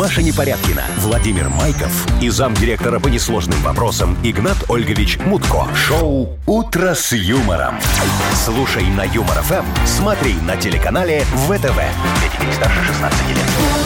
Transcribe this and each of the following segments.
Маша Непорядкина, Владимир Майков и замдиректора по несложным вопросам Игнат Ольгович Мутко. Шоу «Утро с юмором». Слушай на Юмор ФМ, смотри на телеканале ВТВ. Для детей старше 16 лет.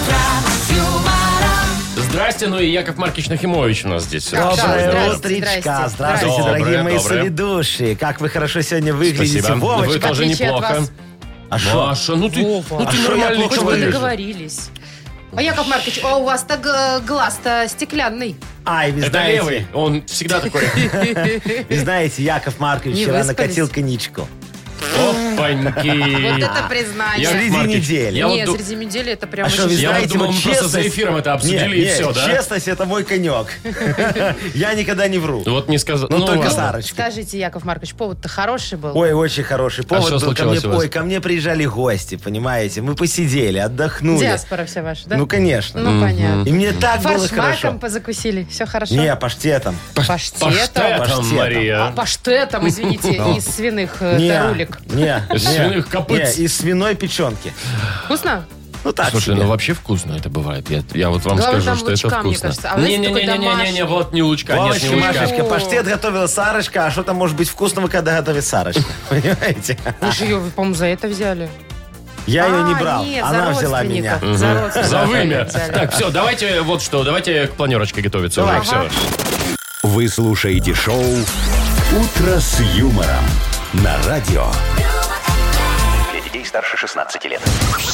Здрасте, ну и Яков Маркович Нахимович у нас здесь. Доброе утречка. Здравствуйте, дорогие мои соведущие. Как вы хорошо сегодня выглядите. Спасибо. Вовочка, Вы тоже неплохо. А шо? Маша, ну ты шо я нормальный плохо Мы человек. договорились. А Яков Маркович, а у вас-то глаз-то стеклянный. Ай, вы Это знаете, левый, он всегда такой. вы знаете, Яков Маркович Не вчера выспались? накатил коньячку. Опаньки. Вот это признание. Яков Среди Маркович, недели. я вот Нет, ду- среди недели это прям А что, вы очень... Я вот знаете, думал, вот мы просто за честность- эфиром это обсудили, и все, да? Честность — это мой конек. Я никогда не вру. Вот не сказал. Ну, только ладно. Сарочка. Скажите, Яков Маркович, повод-то хороший был? Ой, очень хороший повод что был. случилось у вас? Ой, ко мне приезжали гости, понимаете? Мы посидели, отдохнули. Диаспора вся ваша, да? Ну, конечно. Ну, понятно. И мне так было Форшмаком хорошо. позакусили, все хорошо? Не, паштетом. Паштетом? Паштетом, Мария. Паштетом, извините, из свиных Не, рулик. не, Из не, свиных копыт. не, из свиной печенки. Вкусно? Ну так Слушай, себе. ну вообще вкусно это бывает. Я вот вам Главное, скажу, там что это лучка, мне вкусно. кажется. А вы знаете, такой Не-не-не-не-не, домашний. вот не лучка, нет, Вовочка, не лучка. Машечка, паштет готовила Сарочка, а что там может быть вкусного, когда готовит Сарочка? Понимаете? Вы же ее, по-моему, за это взяли. Я ее не брал, Нет, она за взяла меня. родственников. За родственников За вымя. взяли. Так, все, давайте вот что, давайте к планерочке готовиться уже. Давай. Все. Вы слушаете шоу «Утро с юмором» на радио. Для детей старше 16 лет.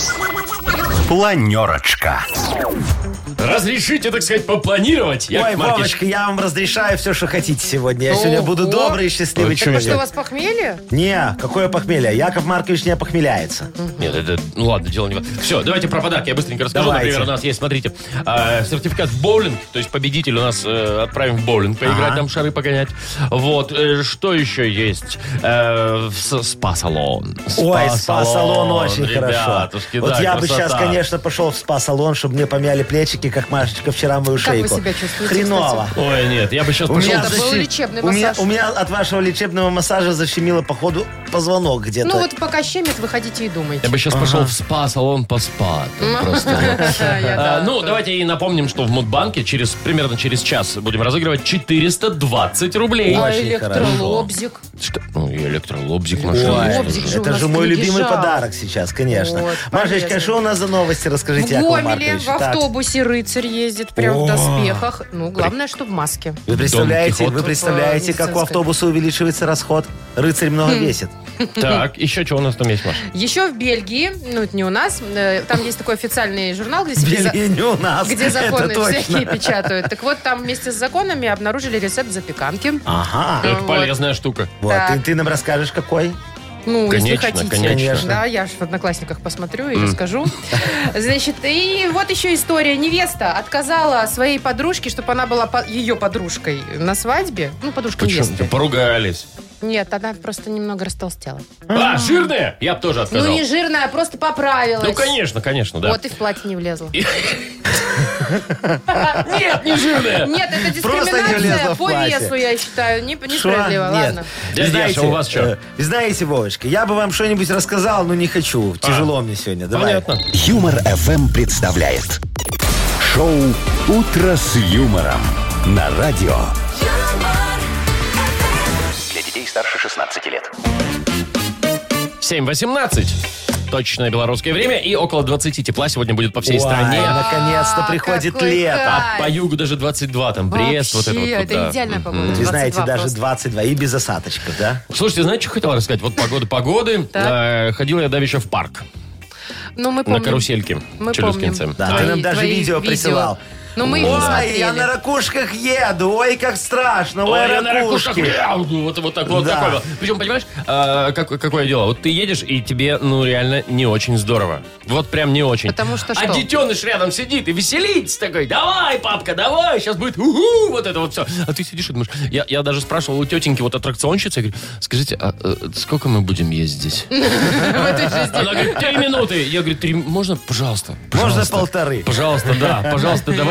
Планерочка. Разрешите, так сказать, попланировать, Яков Ой, Маркович? Вовочка, я вам разрешаю все, что хотите сегодня. Я сегодня буду Ого. добрый и счастливый Так Так что, у человек. вас похмелье? Не, какое похмелье? Яков Маркович не опохмеляется. Нет, это, ну ладно, дело не в... Все, давайте про подарки я быстренько расскажу. Давайте. Например, у нас есть, смотрите, сертификат в боулинг, то есть победитель у нас отправим в боулинг поиграть, там шары погонять. Вот, что еще есть? Спа-салон. Ой, спа-салон очень Ребятушки, хорошо. Вот да, я бы красота. сейчас, конечно, пошел в спа-салон, чтобы мне помяли плечики, как Машечка вчера мою Как вы шейку. себя чувствуете, Хреново. Ой, нет, я бы сейчас У пошел... меня, Это был лечебный у меня, массаж. у меня от вашего лечебного массажа защемило, походу, позвонок где-то. Ну вот пока щемит, выходите и думайте. Я бы сейчас пошел в спа-салон поспа. Там просто. Ну, давайте и напомним, что в Мудбанке примерно через час будем разыгрывать 420 рублей. А Очень электролобзик? Что? Ну, и электролобзик Ой, нашли. Лобзик же у это нас же в мой книге любимый жалоб. подарок сейчас, конечно. Вот, Машечка, полезно. что у нас за новости? В Расскажите, Яков Гомеле Маркович. в Так. автобусе рыцарь ездит прям в доспехах. Ну, главное, что в маске. Вы представляете, Дон Кихот. как у Медицинская. автобуса увеличивается расход? Рыцарь много весит. Так, еще что у нас там есть, Маша? Еще в Бельгии, ну это не у нас, там есть такой официальный журнал, где, Бельгии не у нас. где законы это всякие точно. печатают. Так вот, там вместе с законами обнаружили рецепт запеканки. Ага. Это Вот. полезная штука. Вот, Так. ты нам расскажешь, какой? Ну, Конечно, если хотите. конечно. Да, я ж в Одноклассниках посмотрю и расскажу. Значит, и вот еще история. Невеста отказала своей подружке, чтобы она была ее подружкой на свадьбе. Ну, подружка Почему? невесты. Поругались. Нет, она просто немного растолстела. Жирная? Я бы тоже отказал. Ну, не жирная, а просто поправилась. Ну, конечно, да. Вот и в платье не влезла. Нет, не жирная. Нет, это Просто не влезла дискриминация в по платье. весу, я считаю. Несправедливо, Шо? Нет. ладно. Дядя Яша, у вас что? Вы знаете, Вовочка, я бы вам что-нибудь рассказал, но не хочу. Тяжело мне сегодня. Давай. Понятно. Юмор ФМ представляет шоу «Утро с юмором» на радио. Для детей старше 16 лет. 7:18. Точное белорусское время. И около 20 тепла сегодня будет по всей Ой, стране. наконец-то приходит какой лето. кайф. По югу даже 22, там Брест, вот это вот. Вообще, туда. это идеальная погода. Вы знаете, 22 даже просто. 22 и без осадочков, да? Слушайте, знаете, что хотел рассказать? Вот погоды. Так. Ходил я давеча в парк Ну, мы на помним. карусельке. Мы Челюскинце. помним. Да, Твои- ты нам даже твои видео присылал. Ну, мы их не Ой, смотрели. я на ракушках еду, ой, как страшно, ой, Ой, я на ракушках. ракушки. Вот так вот. Да. Такое вот. Причем, понимаешь, какое дело? Вот ты едешь, и тебе, ну, реально не очень здорово. Вот прям не очень. Потому что А что? детеныш рядом сидит и веселится такой. Давай, папка, давай, сейчас будет уху, вот это вот все. А ты сидишь и думаешь... Я даже спрашивал у тетеньки, вот аттракционщицы, я говорю, скажите, а сколько мы будем ездить? В этой жизни. Она говорит, 3 минуты. Я говорю, 3, можно, пожалуйста? Можно Пожалуйста. 1,5. Пожалуйста, да, пожалуйста, давайте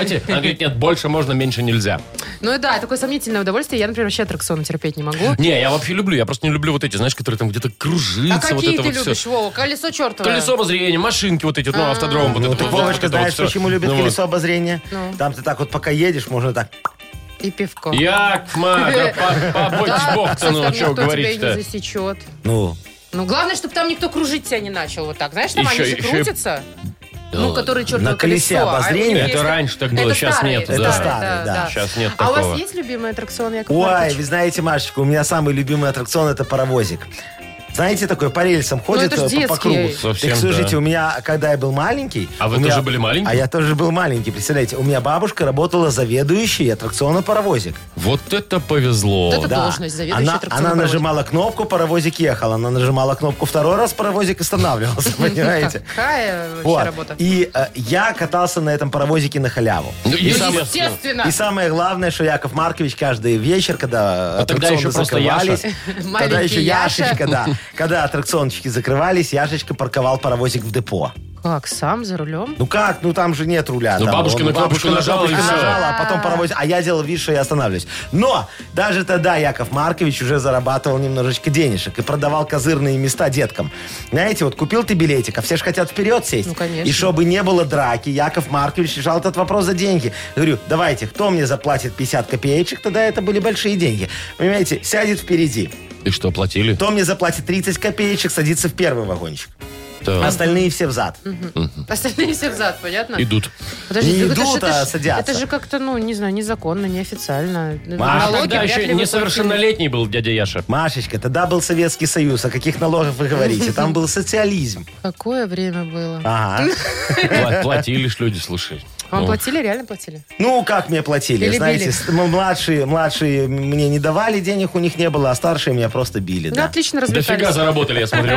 знаете, она говорит, нет, больше можно, меньше нельзя. Ну и да, такое сомнительное удовольствие. Я, например, вообще аттракционы терпеть не могу. Не, я вообще люблю, я просто не люблю вот эти, знаешь, которые там где-то кружится. А вот какие это ты вот любишь, все. Вова? Колесо чертово. Колесо обозрения, машинки вот эти, ну, автодром. Вот Ну, это ты, вот, Вовочка, вот это знаешь, вот всё. почему любят Ну, колесо обозрения? Ну. Там ты так вот пока едешь, можно так... И пивко. Як, мага, побойся бог-то, ну, там что никто тебя и говорить-то. не засечет. Ну, Ну, главное, чтобы там никто кружить тебя не начал вот так. Знаешь, там Еще- они же еще- крутятся. Да Ну, ладно. которые чертово На колесе колесо. обозрения? А у них Это есть- раньше так было, это сейчас старые, нету, Это да. старые, да. Сейчас нет А у такого. вас есть любимый аттракцион, Яков ой, Маркович? вы знаете, Машечка, у меня самый любимый аттракцион — это паровозик. Знаете, такой по рельсам ходит это ж по кругу. детский. Совсем, Так слушайте, да. у меня, когда я был маленький... А вы у меня- тоже были маленькие? А я тоже был маленький, представляете. У меня бабушка работала заведующей аттракциона паровозик. Вот это повезло. Вот это должность, заведующий аттракционом Она паровозик. нажимала кнопку, паровозик ехал. Она нажимала кнопку второй раз, паровозик останавливался, понимаете? Какая вообще Вот. работа? И я катался на этом паровозике на халяву. Ну, и Ну, самое- естественно. И самое главное, что Яков Маркович каждый вечер, когда тогда аттракционы еще просто закрывались, Яша. тогда Маленький еще Яша. Яшечка, да. Когда аттракциончики закрывались, Яшечка парковал паровозик в депо. Как, сам за рулем? Ну как? Ну там же нет руля. Ну, Там бабушка на кнопочку нажала, и всё. нажала, а потом паровозик. А я делал вид, что я останавливаюсь. Но даже тогда Яков Маркович уже зарабатывал немножечко денежек и продавал козырные места деткам. Знаете, вот купил ты билетик, а все же хотят вперед сесть. Ну, конечно. И чтобы не было драки, Яков Маркович решал этот вопрос за деньги. Говорю, давайте, кто мне заплатит 50 копеечек, тогда это были большие деньги. Понимаете, сядет впереди. И что, платили? Кто мне заплатит 30 копеечек, садится в первый вагончик. Да. Остальные все взад. Остальные все взад, понятно? Идут. Подождите, Не это ж- идут, это а ж- садятся. Это же как-то, ну, не знаю, незаконно, неофициально. Маша, А Налоги тогда вряд еще ли вы несовершеннолетний был дядя Яша. Машечка, тогда был Советский Союз. О каких налогах вы говорите? Там был социализм. платили. Какое время было? Ага. Платили ж люди, слушай. Вам Ну, платили? Реально платили? Ну, как мне платили? Или Знаете, били? младшие мне не давали, денег у них не было, а старшие меня просто били. Ну, Да. отлично Дофига развлекались. заработали, я смотрю.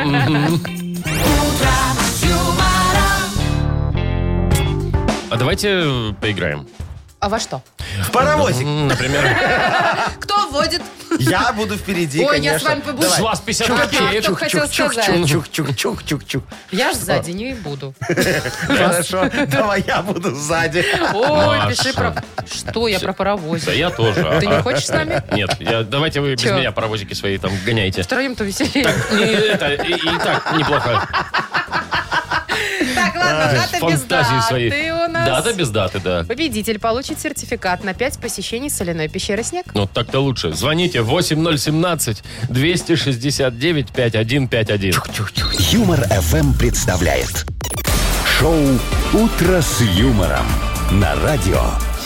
А давайте поиграем. А во что? В паровозик. Например, Кто водит? Я буду впереди, Ой, конечно. я с вами побуду. Давай. с вас 50 Ага, копеек. кто хотел сказать. Чук-чук-чук-чук-чук. Я ж сзади не буду. Хорошо, давай я буду сзади. Ой, Маша. пиши про... Что я про Да паровозик? я тоже. Ты не хочешь с нами? Нет, давайте вы без Чё? меня паровозики свои там гоняйте. Втроем-то веселее. И так неплохо. Так, ладно, дата без Фантазии свои. даты у нас. Дата без даты, да. Победитель получит сертификат на 5 посещений соляной пещеры «Снег». Ну, так-то лучше. Звоните 8017-269-5151. Юмор FM представляет шоу Утро с юмором на радио.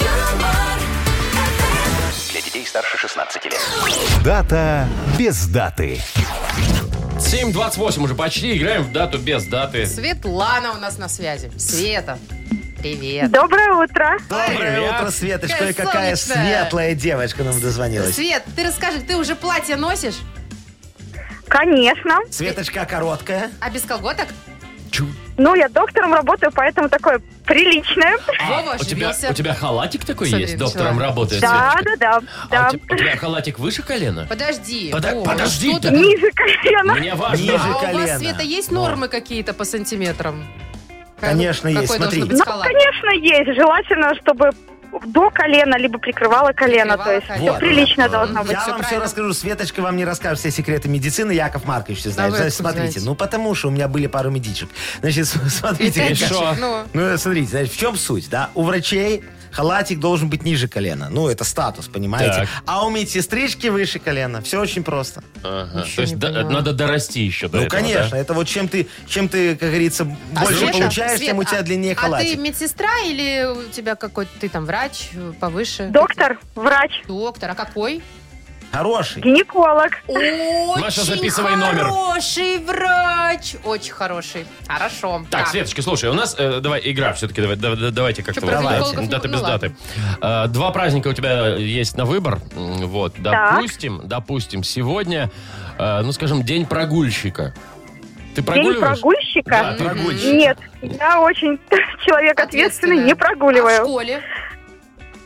Для детей старше 16 лет. Дата без даты. 7:28 уже почти. Играем в дату без даты. Светлана у нас на связи. Света, привет. Доброе утро. Доброе утро, Светочка. Какая Ой, какая солнечная. светлая девочка нам дозвонилась. Свет, ты расскажи, ты уже платье носишь? Конечно. Светочка короткая. А без колготок? Ну, я доктором работаю, поэтому такое приличное. Вова У тебя оживился. халатик такой Смотри, есть? Доктором начала. работает, Да, Светочка? да, да. А у тебя халатик выше колена? Подожди. Подо- Вова, подожди, что ты? да. Ниже колена. Мне важно. Ниже А у колена. вас, Света, есть нормы какие-то по сантиметрам? Конечно, есть, Какой смотри. должен быть Ну, халат? конечно, есть. Желательно, чтобы до колена, либо прикрывало колено. Прикрывало То есть колено. все Вот. прилично должно быть. Я всё вам все правильно. расскажу. Светочка вам не расскажет все секреты медицины. Яков Маркович все знает. вы Значит, откуда смотрите. знаете? Ну, потому что у меня были пару медичек. Значит, смотрите. Опять ребята. Шо? Ну, Ну, смотрите, значит, в чем суть, да? У врачей халатик должен быть ниже колена. Ну, это статус, понимаете? Так. А у медсестрички выше колена. Все очень просто. Ага. Ничего То есть не поняла. надо дорасти еще до Ну, этого, конечно. да? Это вот чем ты, как говорится, больше Света, получаешь, Свет, тем у тебя длиннее А ты халатик. медсестра или у тебя какой-то, ты там врач повыше? Доктор, врач, Доктор, а какой? Хороший. гинеколог. Очень Маша, записывай номер. хороший врач. Очень хороший. Хорошо. Так, Светочка, слушай, у нас давай игра все-таки, давайте как-то Что, про вот, гинекологов не- дата ну без ладно. даты. Два праздника у тебя есть на выбор. Вот, допустим, сегодня, ну, скажем, день прогульщика. Ты День прогуливаешь? прогульщика? Да, прогульщика. Нет, я очень человек ответственный, не А в прогуливаю. школе?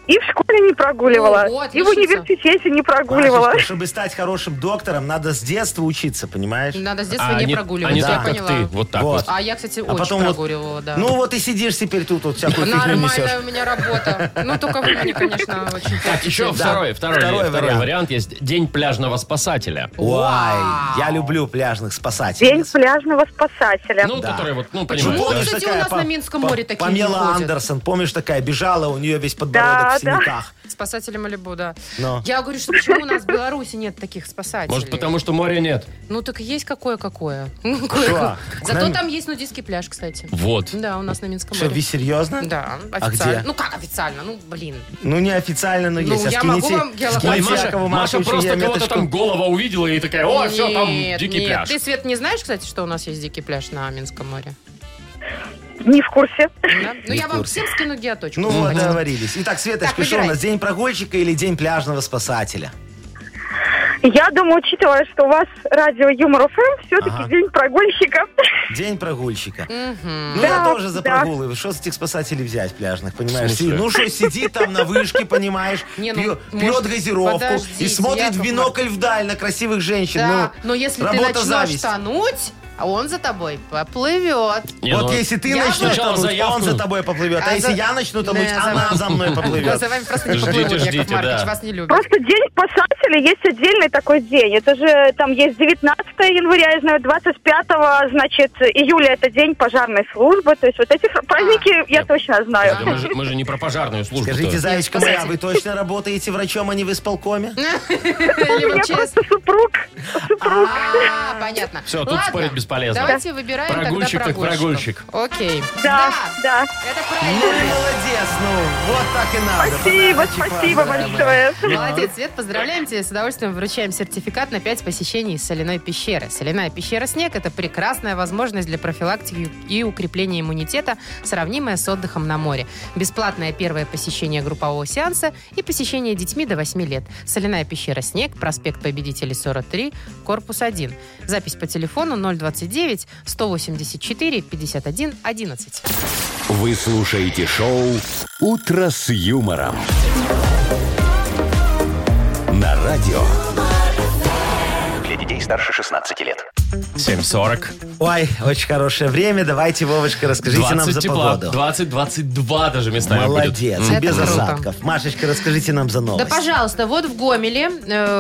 И в школе не прогуливала, Ого, и в отличница. университете не прогуливала. Машечка, чтобы стать хорошим доктором, надо с детства учиться, понимаешь? Надо с детства не прогуливать, а не я так, как поняла. ты, вот так вот. А я, кстати, А очень потом вот- прогуливала, да. Ну вот и сидишь теперь тут, вот всякую фигню несешь. Нормальная у меня работа. Ну, только вы мне, конечно, очень Так, еще Да. второй вариант. вариант есть. День пляжного спасателя. Ой, я люблю пляжных спасателей. День пляжного спасателя. Ну, который вот, ну, Почему? понимаешь, да? Кстати, у нас на Минском море такие Памела не ходят. Андерсон, помнишь, такая бежала, у нее весь подбородок Да, в синяках. Спасатели Малибу, да. Но. Я говорю, что почему у нас в Беларуси нет таких спасателей? Может, потому что моря нет? Ну, так есть какое-какое. Что? Зато Нам- там есть нудистский пляж, кстати. Вот. Да, у нас на Минском Что, море. вы серьезно? Да, А официально. где? Ну, как официально? Ну, блин. Ну, неофициально, но Ну, есть. А я могу скинете- вам геолокацию. Ой, скинете Маша, Якову Маша Марковичу просто кого-то геометочку. там голова увидела и такая, о, все, там Нет, дикий нет. пляж. Ты, Свет, не знаешь, кстати, что у нас есть дикий пляж на Минском море? Не в курсе. Да? Ну, я вам всем скину геоточку. Ну вот, Хотите? договорились. Итак, Светочка, Так, что у выбирай. нас, день прогульщика или день пляжного спасателя? Я думаю, учитывая, что у вас радио Юмор ФМ, все-таки Ага. день прогульщика. День прогульщика. Ну, Да, я тоже за да. прогулы. Что с этих спасателей взять пляжных, понимаешь? В смысле? Ну, что, сидит там на вышке, понимаешь, Не, ну, пьет может, газировку подождите, и смотрит в Яков бинокль вдаль на красивых женщин. Да, Ну, но если ты работа начнешь зависть. тонуть, а он за тобой поплывет. Не, Вот ну, если ты я начнешь сначала тонуть, заявку. он за тобой поплывет. А если я начну тонуть, она за мной Ну, поплывет. за вами просто не Ждите, поплывут, Яков ждите, Маркович, да. вас не любят. Просто день спасателя есть отдельный такой день. Это же там есть 19 января, я знаю, 25, значит, июля это день пожарной службы. То есть вот эти праздники я точно знаю. да мы же не про пожарную службу. Скажите, Заячка спасайте. моя, вы точно работаете врачом, а не в исполкоме? У Либо меня через... просто супруг. А, понятно. Всё, тут Ладно, спорить бесполезно. Давайте выбираем Прогульщик тогда так прогульщиков. Окей. Да, да. Это Ну, правильно. молодец, ну, вот так и надо. Спасибо, Подарочек спасибо вам, большое. Молодец, Свет, поздравляем тебя. С удовольствием вручаем сертификат на 5 посещений соляной пещеры. Соляная пещера «Снег» — это прекрасная возможность для профилактики и укрепления иммунитета, сравнимая с отдыхом на море. Бесплатное первое посещение группового сеанса и посещение детьми до 8 лет. Соляная пещера «Снег», проспект Победителей, 43, корпус 1. Запись по телефону 029 184 51 11. Вы слушаете шоу «Утро с юмором». На радио. Для детей старше 16 лет. 7:40. Ой, очень хорошее время. Давайте, Вовочка, расскажите нам 20 за тепла. погоду. 20-22 даже местами Молодец, будет. и без Это круто. осадков. Машечка, расскажите нам за Да, новость. пожалуйста, вот в Гомеле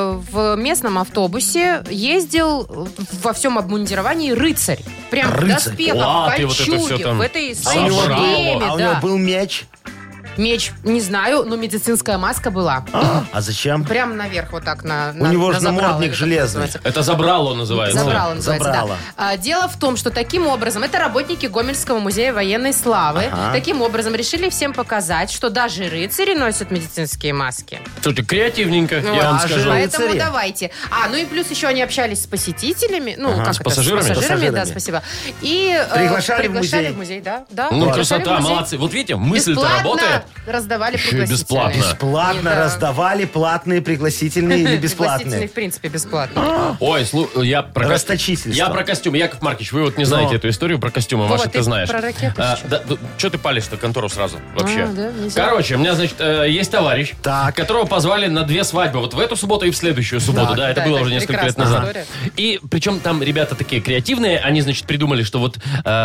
в местном автобусе ездил во всем обмундировании рыцарь. Прям в Рыцарь? доспехах, в Латы, вот это кольчуге, всё там. в этой А у своей него, шлеме, а у да. него был меч. Меч, не знаю, но медицинская маска была. А зачем? Прям наверх вот так на У него же забрало, намордник или как железный. называется. Это забрало называется. Забрало, называется, Забрало. да. Дело в том, что таким образом, это работники Гомельского музея военной славы, Ага. таким образом решили всем показать, что даже рыцари носят медицинские маски. Слушайте, креативненько, я вам даже скажу. Рыцари. Поэтому давайте. Ну и плюс еще они общались с посетителями. Ну, как С это? пассажирами? С пассажирами, да, Пассажирами. спасибо. И Приглашали в музей. в музей, да. да. Ну, Приглашали в красота, музей. молодцы. Вот видите, мысль-то Бесплатно работает. раздавали Еще и пригласительные. бесплатно. Бесплатно Да. раздавали платные, пригласительные или Пригласительные, бесплатные? в принципе, бесплатно. Ой, я про Расточительство. Я про костюм. Яков Маркович, вы вот не знаете Но. эту историю про костюмы. Вова, Маша, ты ты знаешь. про ракеты сейчас? Что ты палишь-то контору сразу вообще? Да, нельзя. Короче, у меня, значит, есть товарищ, Так. которого позвали на 2 свадьбы. Вот в эту субботу и в следующую субботу. Так. Да, это Да, было это уже несколько лет прекрасная назад. история. И причем там ребята такие креативные. Они, значит, придумали, что вот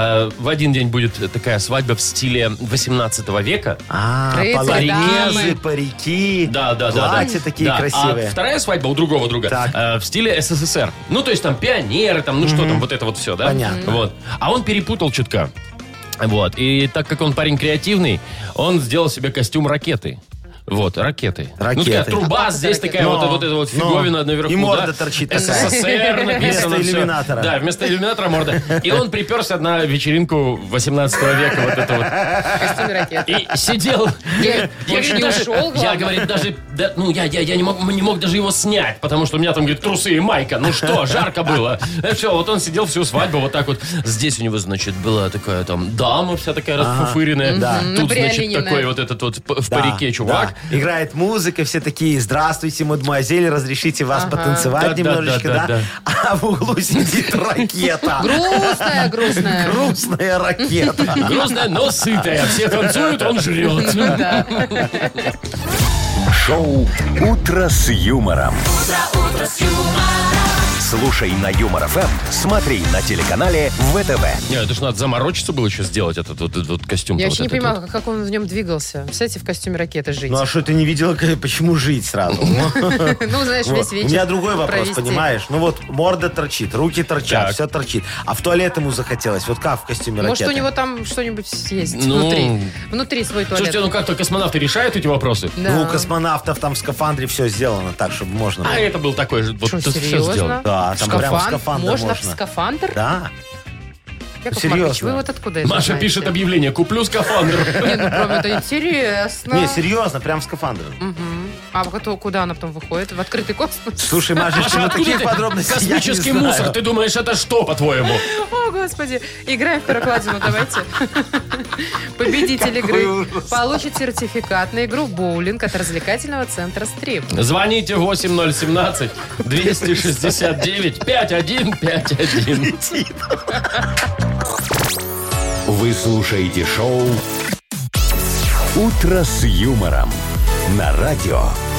в один день будет такая свадьба в стиле 18 века. Полонезы, дамы. парики, Да. платья такие Да. красивые. А вторая свадьба у другого друга Так. в стиле СССР. Ну, то есть там пионеры, там, ну что там, вот это вот все, да? Понятно. Вот. А он перепутал чутка. Вот. И так как он парень креативный, он сделал себе костюм ракеты. Вот, ракеты. Ракеты. Ну, такая труба, А как это здесь ракеты? такая вот эта вот фиговина наверху. И морда да? торчит такая. СССР написано. Вместо всё. иллюминатора. Да, вместо иллюминатора морда. И он приперся на вечеринку 18 века. Вот это вот. Костюм ракеты. И сидел. Я говорит, не даже- ушел, Я, главное. говорит, даже... Я не мог даже его снять, потому что у меня там, говорит, трусы и майка. Ну что, жарко было. Все, вот он сидел всю свадьбу вот так вот. Здесь у него, значит, была такая там дама вся такая расфуфыренная. Да. Тут, значит, Набриолиненная. такой вот этот вот в Да, парике чувак. да. Играет музыка, все такие: здравствуйте, мадемуазель, разрешите вас потанцевать Да, немножечко, да, да? да. А в углу сидит ракета. Грустная. Грустная ракета. Грустная, но сытая. Все танцуют, он жрет. Да. Шоу «Утро с юмором». Слушай на Юмор ФМ, смотри на телеканале ВТВ. Не, это ж надо заморочиться было еще сделать этот вот костюм. Я вообще не понимаю, как он в нем двигался. Представляете, в костюме ракеты жить. Ну а что, ты не видела, почему жить сразу? Ну, знаешь, весь вечер У меня другой вопрос, провести. понимаешь? Ну вот морда торчит, руки торчат, Так. все торчит. А в туалет ему захотелось. Вот как в костюме Может, ракеты? у него там что-нибудь есть Ну, внутри. Внутри свой туалет. Слушайте, ну как-то космонавты решают эти вопросы? Да. Ну, у космонавтов там в скафандре все сделано так, чтобы можно было. А это был такой же, вот Что, это все серьезно? сделано. Да, там прям в Скафандр? скафандр Можно можно. в скафандр? Да. Яков Серьезно. Маркович, вы вот откуда это Маша знаете? пишет объявление, куплю скафандр. Не, ну, прям это интересно. Не, серьезно, прям в скафандре. А куда она потом выходит? В открытый космос? Слушай, Машечка, Маша, ну откуда таких ты? подробностей я не Космический знаю. мусор, ты думаешь, это что, по-твоему? О, Господи. Играем в перекладину, давайте. Победитель Какой игры ужас. получит сертификат на игру в боулинг от развлекательного центра «Стрим». Звоните 8017-269-5151. Вы слушаете шоу «Утро с юмором» на радио.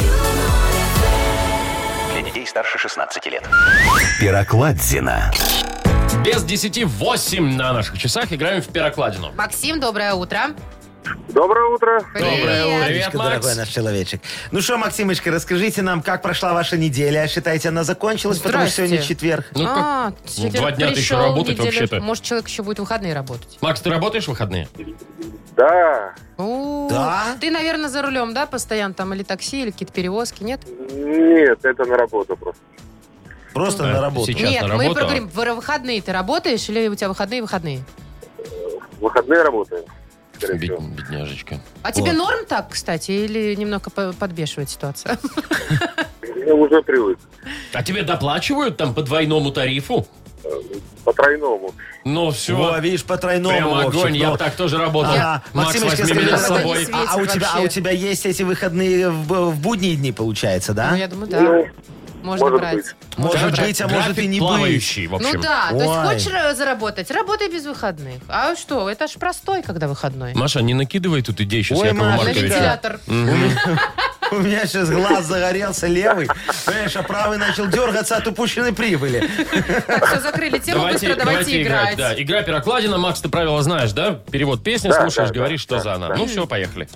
Для детей старше 16 лет. Пирокладзина. Без 10:08 на наших часах играем в перекладину. Максим, доброе утро. Доброе утро. Привет. Привет, Привет, Макс. дорогой наш человечек. Ну что, Максимочка, расскажите нам, как прошла ваша неделя? Считаете, она закончилась, потому что Здрасте. сегодня четверг? Ну, как? четверг 2 дня ты еще пришел, работать неделя- вообще-то. Может, человек еще будет в выходные работать. Макс, ты работаешь в выходные? Да. О, Да? Ты, наверное, за рулем, да, постоянно там? Или такси, или какие-то перевозки, нет? Нет, это на работу просто. Просто Да, на работу. сейчас. Нет, на мы работу. проговорим, в выходные ты работаешь или у тебя выходные? В выходные работаем, скорее всего. Бедняжечка. А тебе Вот. норм так, кстати, или немного подбешивает ситуация? Я уже привык. А тебе доплачивают там по двойному тарифу? По тройному. Ну, все. Во, видишь, по тройному. Прям Вовчик, огонь, я ну. так тоже работаю. Ага. Макс, Максимочка, возьми скажи, меня с дорогой, собой. не светит а у вообще. тебя есть эти выходные в будние дни, получается, да? Ну, я думаю, да. Ну, Можно может брать. быть. Может Короче, быть, а может график и не быть. плавающий, в общем. Ну да, то есть Ой. хочешь заработать, работай без выходных. А что, это ж простой, когда выходной. Маша, не накидывай тут идей сейчас Ой, Якову Маша, На Марковичу. вентилятор. У меня сейчас глаз загорелся левый, понимаешь, а правый начал дергаться от упущенной прибыли. Так, все, закрыли тему, быстро давайте играть. Да, игра перекладина. Макс, ты правила знаешь, да? Перевод песни Да, слушаешь, да, говоришь, да, что за она. Ну все, поехали.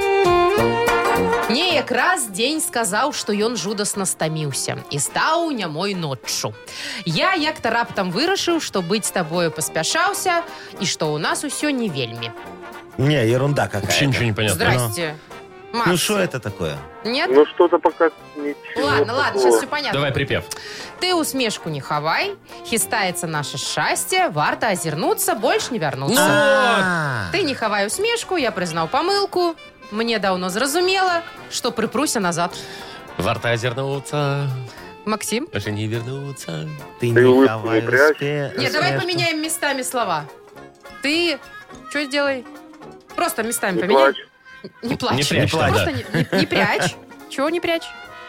Мне якраз дзень сказаў, што ён жудасна стаміўся і стаў нямой ноччу. Я як-то раптам вырашыў, што быць з табою паспяшаўся і што ў нас усё не вельмі. Не, ерунда Вообще какая-то. ничего не понятно. Здрасте. Макс, Ну что это такое? нет? Ну, что-то пока ничего. Ладно, такого. сейчас все понятно. Давай припев. Ты усмешку не хавай, хістаецца наше шчасце, варта азірнуцца, больш не вярнуцца. А, Ты не хавай усмешку, я прызнаў памылку. Мне даўно зразумела, што прыпруся назад. Варта озернуться, Максим? больше не вернуться. Ты Ты не улыбку хавай не прячь. Нет, давай поменяем местами слова. Ты что сделай? Просто местами Не поменяй. плачь. Не плачь. Не прячь, Просто да. не прячь. Чего не прячь?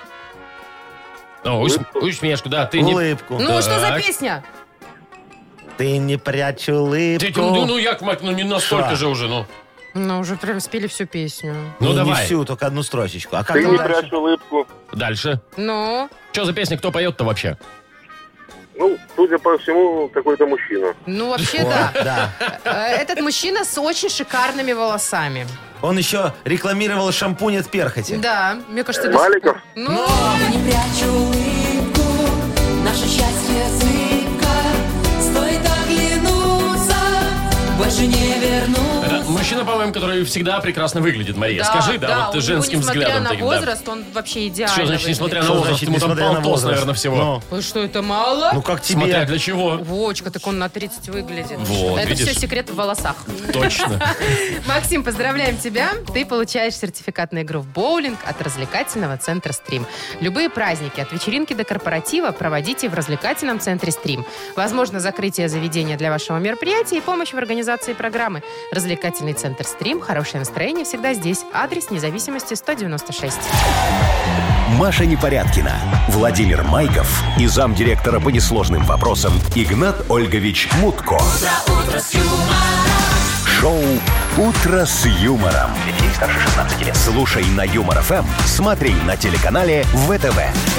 Усмешку, да. Ты не... улыбку. Ну, что за Так. песня? Ты не прячь улыбку. Ну, Яков, ну не настолько Шо? же уже, ну. Ну, уже прям спели всю песню. Ну, Не давай. всю, только одну строчечку. А как Ты там не дальше? прячь улыбку. Дальше. Ну, Что за песня, кто поет-то вообще? Ну, судя по всему, какой-то мужчина. вообще О, да. да. Этот мужчина с очень шикарными волосами. Он еще рекламировал шампунь от перхоти. Да, мне кажется, до сих Маликов? пор. Ну, Не прячь улыбку, наше счастье зыбко. Стоит оглянуться, больше не вернуться. Это мужчина, по-моему, который всегда прекрасно выглядит, Мария. да, Скажи, да, у вот него, женским несмотря взглядом на таким, да. возраст, он вообще идеально Что значит, выглядит. несмотря на Что возраст, значит, ему там несмотря на полтос, возраст? наверное, всего. Ну, Ой, что это мало? ну как тебе? Смотря для чего. Вовочка, так он на 30 выглядит. Вот, Это видишь? все секрет в волосах. Точно. Максим, поздравляем тебя. Ты получаешь сертификат на игру в боулинг от развлекательного центра «Стрим». Любые праздники, от вечеринки до корпоратива, проводите в развлекательном центре «Стрим». Возможно, закрытие заведения для вашего мероприятия и помощь в организации программы. Развлекательный центр «Стрим». Хорошее настроение всегда здесь. Адрес Независимости 196. Маша Непорядкина, Владимир Майков и замдиректора по несложным вопросам Игнат Ольгович Мутко. Шоу «Утро с юмором». Для детей старше 16 лет. Слушай на Юмор ФМ, смотри на телеканале ВТВ.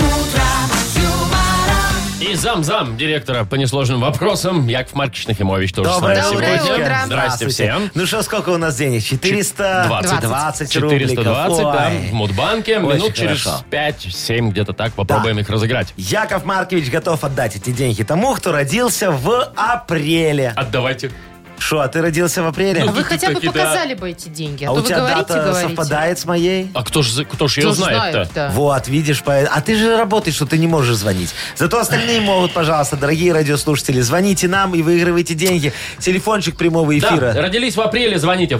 И зам директора по несложным вопросам Яков Маркович Нахимович тоже Доброе с нами утро. сегодня. Утро. Здрасте всем. Ну что, сколько у нас денег? 420 рубликов. 420, да, Ой. в Мудбанке. Очень Минут через хорошо. 5-7 где-то так попробуем их разыграть. Яков Маркович готов отдать эти деньги тому, кто родился в апреле. Отдавайте. Что, а ты родился в апреле? А вы хотя бы такие, да. показали бы эти деньги, а, А то у вы тебя говорите, дата говорите. совпадает с моей? А кто ж ее Кто ж знает-то? знает, да. Вот, видишь, а ты же работаешь, что ты не можешь звонить. Зато остальные могут, пожалуйста, дорогие радиослушатели, звоните нам и выигрывайте деньги. Телефончик прямого эфира. Да, родились в апреле, звоните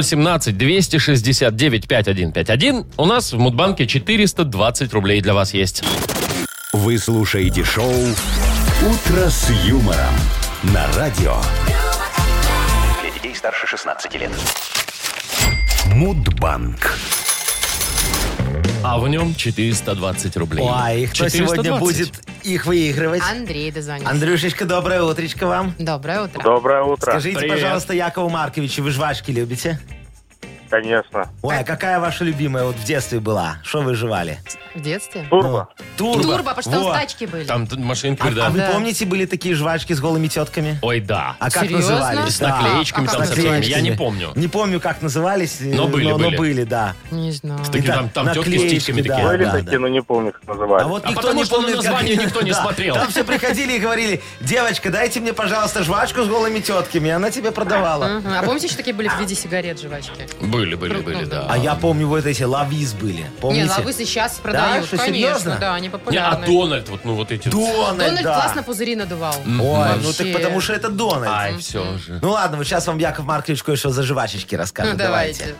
8017-269-5151. У нас в Мудбанке 420 рублей для вас есть. Вы слушаете шоу «Утро с юмором» на радио Для детей старше 16 лет. Мудбанк. А в нем 420 рублей. Ой, и кто сегодня 420. будет их выигрывать? Андрей дозвонился. Андрюшечка, доброе утречко вам. Доброе утро. Доброе утро. Скажите, Привет. пожалуйста, Якову Марковичу, вы жвачки любите? Конечно. Ой, а какая ваша любимая вот в детстве была? Что вы жевали? В детстве? Турбо. Турбо. Потому что там Вот. стачки были. Там машинки, А, да. а вы Да. помните, были такие жвачки с голыми тетками? Ой, да. А как Серьезно? назывались? С наклеечками А там как со всеми. Я наклеечками. не помню. Не помню, как назывались, Но были, но были. были, да. Не знаю. Такие И так, там тетки с наклеечки, титьками да. такие. Были да, такие, да. но не помню, как назывались. А вот А никто потому не что на помнит, название как... никто не Да. смотрел. Там все приходили и говорили: девочка, дайте мне, пожалуйста, жвачку с голыми тетками. И она тебе продавала. Мгм. А помните, что такие были в виде сигарет жвачки? Были, Ну, да. А я помню, вот эти лавиз были. Помните? Не, лавысы сейчас продают. что, Конечно, серьезно? да, они Не, а популярны. Дональд, вот эти... Дональд, Дональд да. классно пузыри надувал. Ой, ну Вообще. так потому что это Дональд. Ай, все же. Ну ладно, вот сейчас вам Яков Маркович кое-что за жвачечки расскажет. Ну, давайте.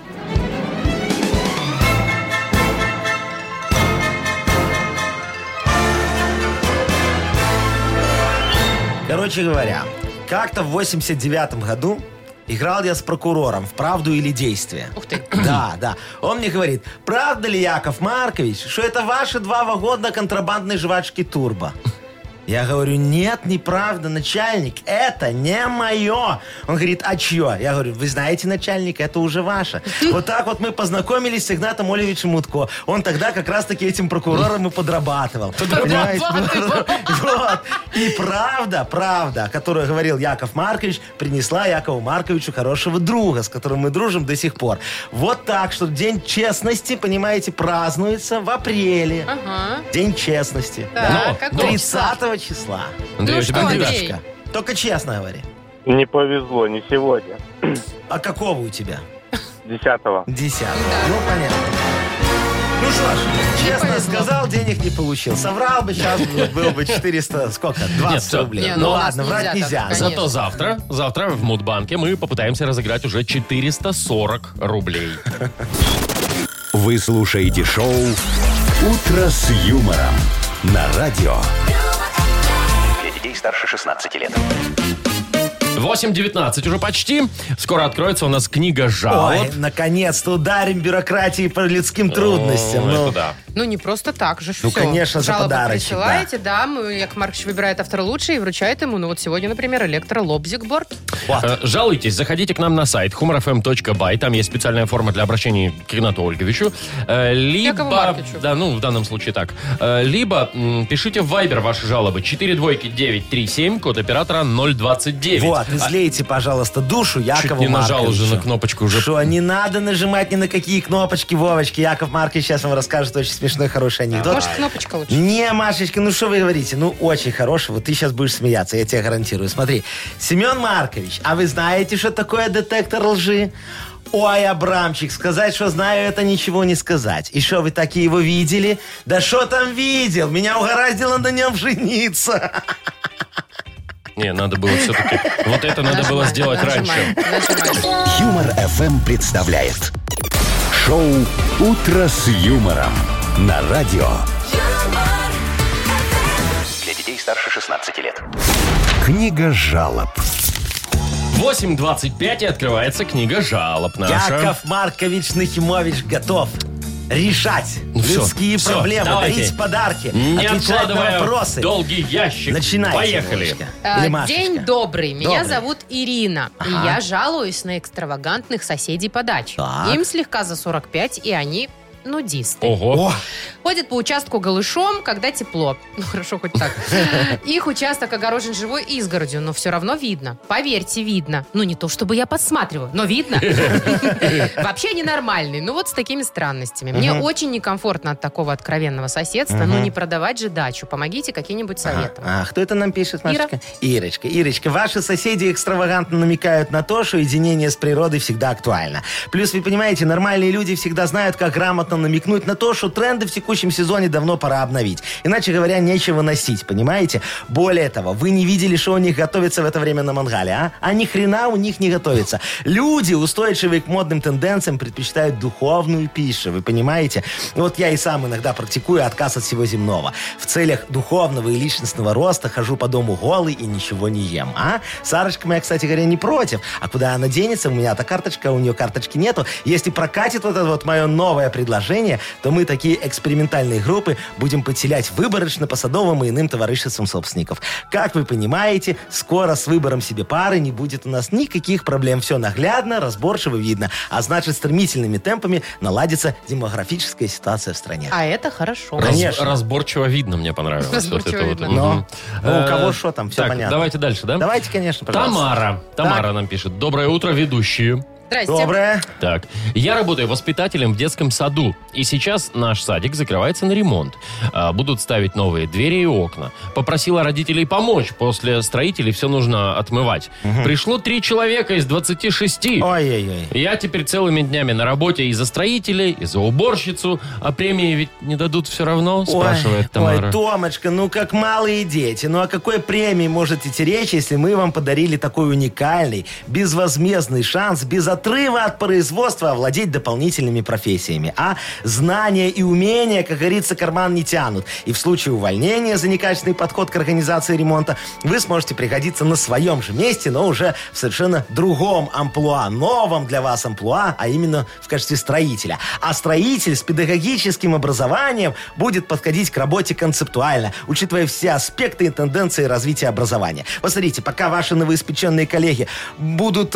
Короче говоря, как-то в 89-м году играл я с прокурором в «Правду или действие». Ух ты. Да. Он мне говорит: правда ли, Яков Маркович, что это ваши 2 вагона контрабандной жвачки «Турбо»? Я говорю: нет, неправда, начальник, это не мое. Он говорит: а чье? Я говорю: вы знаете, начальник, это уже ваше. Вот так вот мы познакомились с Игнатом Олевичем Мутко. Он тогда как раз-таки этим прокурором и подрабатывал. Понимаете? Вот. И правда, о которой говорил Яков Маркович, принесла Якову Марковичу хорошего друга, с которым мы дружим до сих пор. Вот так, что День честности, понимаете, празднуется в апреле. Ага. День честности. Да, Ну, какого 30 числа. Андрей, Ну у тебя что, когда? Андрей? Только честно говори. Не повезло, не сегодня. А какого у тебя? 10-го. 10. Ну, понятно. Ну что ж, честно повезло. сказал, денег не получил. Соврал бы, сейчас был бы 400, сколько? 20 всё. рублей. Не, ну ну у нас ладно, врать нельзя нельзя. так, конечно. Зато завтра в Мудбанке мы попытаемся разыграть уже 440 рублей. Вы слушаете шоу «Утро с юмором» на радио. Для детей старше 16 лет. 8:19 уже почти. Скоро откроется у нас книга жалоб. Ой, наконец-то ударим бюрократии по людским трудностям. О, Ну, это да. Ну, не просто так же. Ну, всё. конечно, за Жалобы подарочек, присылаете, да. Яков Маркович выбирает автора лучший и вручает ему. Ну, вот сегодня, например, электролобзик-борт. вот. Жалуйтесь, заходите к нам на сайт humorfm.by. Там есть специальная форма для обращения к Игнату Ольговичу. Якову Либо, Марковичу. да, ну, в данном случае так. Либо пишите в Viber ваши жалобы. 42937, код оператора 029. Вот, излейте, пожалуйста, душу Якову Чуть не нажал Марковичу. уже на кнопочку уже. Что, не надо нажимать ни на какие кнопочки, Вовочки. Яков Маркович сейчас вам расскажет очень смешной, хороший анекдот. Может, кнопочка лучше? Не, Машечка, ну что вы говорите? Ну, очень хороший. Вот ты сейчас будешь смеяться, я тебе гарантирую. Смотри, Семен Маркович, а вы знаете, что такое детектор лжи? Ой, Абрамчик, сказать, что знаю, это ничего не сказать. И что, вы такие его видели? Да что там видел? Меня угораздило на нем жениться. Не, надо было все-таки... Вот это надо было сделать раньше. Нажимаем. Юмор FM представляет шоу «Утро с юмором» на радио. Для детей старше 16 лет. Книга жалоб. 8:25 и открывается книга жалоб наша. Яков Маркович Нахимович готов. решать всё, людские всё, проблемы, давайте. дарить подарки, Не отвечать на откладывая вопросы. долгий ящик. Начинайте, Поехали. Вовочка. Или Машечка. День добрый. Меня Добрый. зовут Ирина. И я жалуюсь на экстравагантных соседей по даче. Так. Им слегка за 45, и они нудисты. Ого. О, Ходят по участку голышом, когда тепло. Ну, хорошо, хоть так. Их участок огорожен живой изгородью, но все равно видно. Поверьте, видно. Ну, не то, чтобы я подсматриваю, но видно. Вообще ненормальный. Ну, вот с такими странностями. Мне очень некомфортно от такого откровенного соседства. Ну, не продавать же дачу. Помогите какие-нибудь советы. А кто это нам пишет, Машечка? Ирочка, ваши соседи экстравагантно намекают на то, что единение с природой всегда актуально. Плюс, вы понимаете, нормальные люди всегда знают, как грамотно намекнуть на то, что тренды в текущем сезоне давно пора обновить. Иначе говоря, нечего носить, понимаете? Более того, вы не видели, что у них готовится в это время на мангале, а? А ни хрена у них не готовится. Люди, устойчивые к модным тенденциям, предпочитают духовную пищу, вы понимаете? Вот я и сам иногда практикую отказ от всего земного. В целях духовного и личностного роста хожу по дому голый и ничего не ем, а? Сарочка моя, кстати говоря, не против. А куда она денется? У меня-то карточка, у нее карточки нету. Если прокатит вот это вот мое новое предложение, то мы такие экспериментальные группы будем подселять выборочно по садовым и иным товариществам собственников. Как вы понимаете, скоро с выбором себе пары не будет у нас никаких проблем. Все наглядно, разборчиво видно. А значит, стремительными темпами наладится демографическая ситуация в стране. А это хорошо. Конечно. Разборчиво видно, мне понравилось. Разборчиво Вот это видно. вот. Но, Мгм. ну, у кого что там, все Так, понятно. давайте дальше, да? Давайте, конечно, пожалуйста. Тамара нам пишет. Доброе утро, ведущие. Здрасте. Доброе. Так, я работаю воспитателем в детском саду, и сейчас наш садик закрывается на ремонт. Будут ставить новые двери и окна. Попросила родителей помочь, после строителей все нужно отмывать. Пришло 3 человека из 26. Ой-ой-ой. Я теперь целыми днями на работе и за строителей, и за уборщицу, а премии ведь не дадут все равно, спрашивает Тамара. Ой, Томочка, ну как малые дети. Ну о какой премии может идти речь, если мы вам подарили такой уникальный, безвозмездный шанс без отрыва от производства овладеть дополнительными профессиями? А знания и умения, как говорится, карман не тянут. И в случае увольнения за некачественный подход к организации ремонта вы сможете пригодиться на своем же месте, но уже в совершенно другом амплуа, новом для вас амплуа, а именно в качестве строителя. А строитель с педагогическим образованием будет подходить к работе концептуально, учитывая все аспекты и тенденции развития образования. Вот смотрите, пока ваши новоиспеченные коллеги будут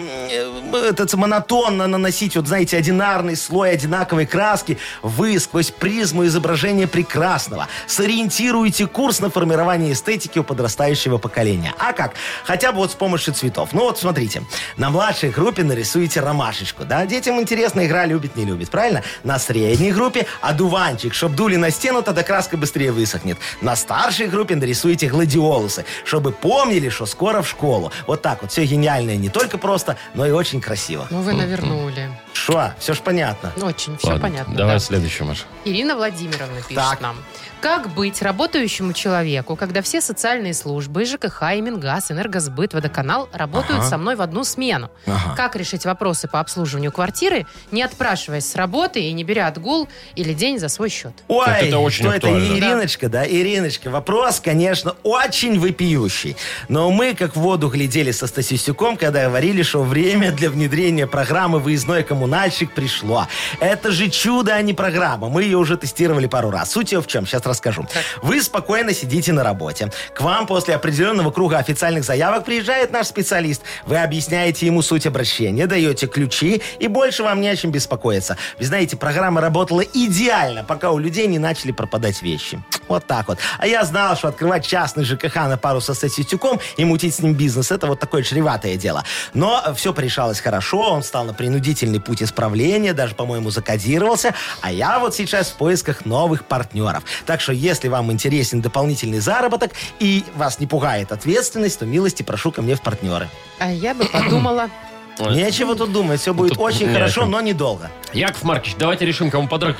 монотонно наносить, вот знаете, одинарный слой одинаковой краски, вы сквозь призму изображения прекрасного сориентируете курс на формирование эстетики у подрастающего поколения. А как? Хотя бы вот с помощью цветов. Ну вот смотрите, на младшей группе нарисуете ромашечку, да? Детям интересно, игра любит, не любит, правильно? На средней группе одуванчик, чтоб дули на стену, тогда краска быстрее высохнет. На старшей группе нарисуете гладиолусы, чтобы помнили, что скоро в школу. Вот так вот, все гениальное не только просто, но и очень красиво. Ну, вы навернули. Шо? Все ж понятно. Очень все Ладно, понятно. давай да. следующую, Маша. Ирина Владимировна пишет Так. нам. Как быть работающему человеку, когда все социальные службы, и ЖКХ, и Мингаз, Энергосбыт, Водоканал работают со мной в одну смену? Как решить вопросы по обслуживанию квартиры, не отпрашиваясь с работы и не беря отгул или день за свой счет? Ой, Это очень что это, актуально. Ириночка, да? Ириночка, вопрос, конечно, очень вопиющий. Но мы как в воду глядели со Стасюсюком, когда говорили, что время для внедрения программы «Выездной коммунальщик» пришло. Это же чудо, а не программа. Мы ее уже тестировали пару раз. Суть ее в чем? Сейчас расскажу. Вы спокойно сидите на работе. К вам после определенного круга официальных заявок приезжает наш специалист. Вы объясняете ему суть обращения, даете ключи, и больше вам не о чем беспокоиться. Вы знаете, программа работала идеально, пока у людей не начали пропадать вещи. Вот так вот. А я знал, что открывать частный ЖКХ на пару со Статистюком и мутить с ним бизнес, это вот такое чреватое дело. Но все порешалось хорошо, он стал на принудительный путь исправления, даже, по-моему, закодировался, а я вот сейчас в поисках новых партнеров. Так что, если вам интересен дополнительный заработок и вас не пугает ответственность, то милости прошу ко мне в партнеры. А я бы подумала... Нечего тут думать, все будет Тут очень не о хорошо, чем. но недолго. Яков Маркович, давайте решим, кому подарок.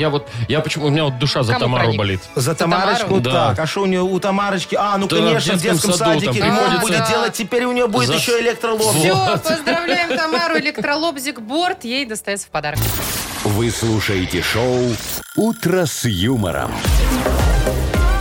У меня вот душа за Кому Тамару праздник? болит. За Тамарочку? Да. Так, а что у нее у Тамарочки? Ну, Да, конечно, в в детском детском саду садике там ремонт приходится- будет делать. Теперь у нее будет За- еще электролоб. Все, поздравляем Тамару, электролобзик борт, ей достается в подарок. Вы слушаете шоу «Утро с юмором».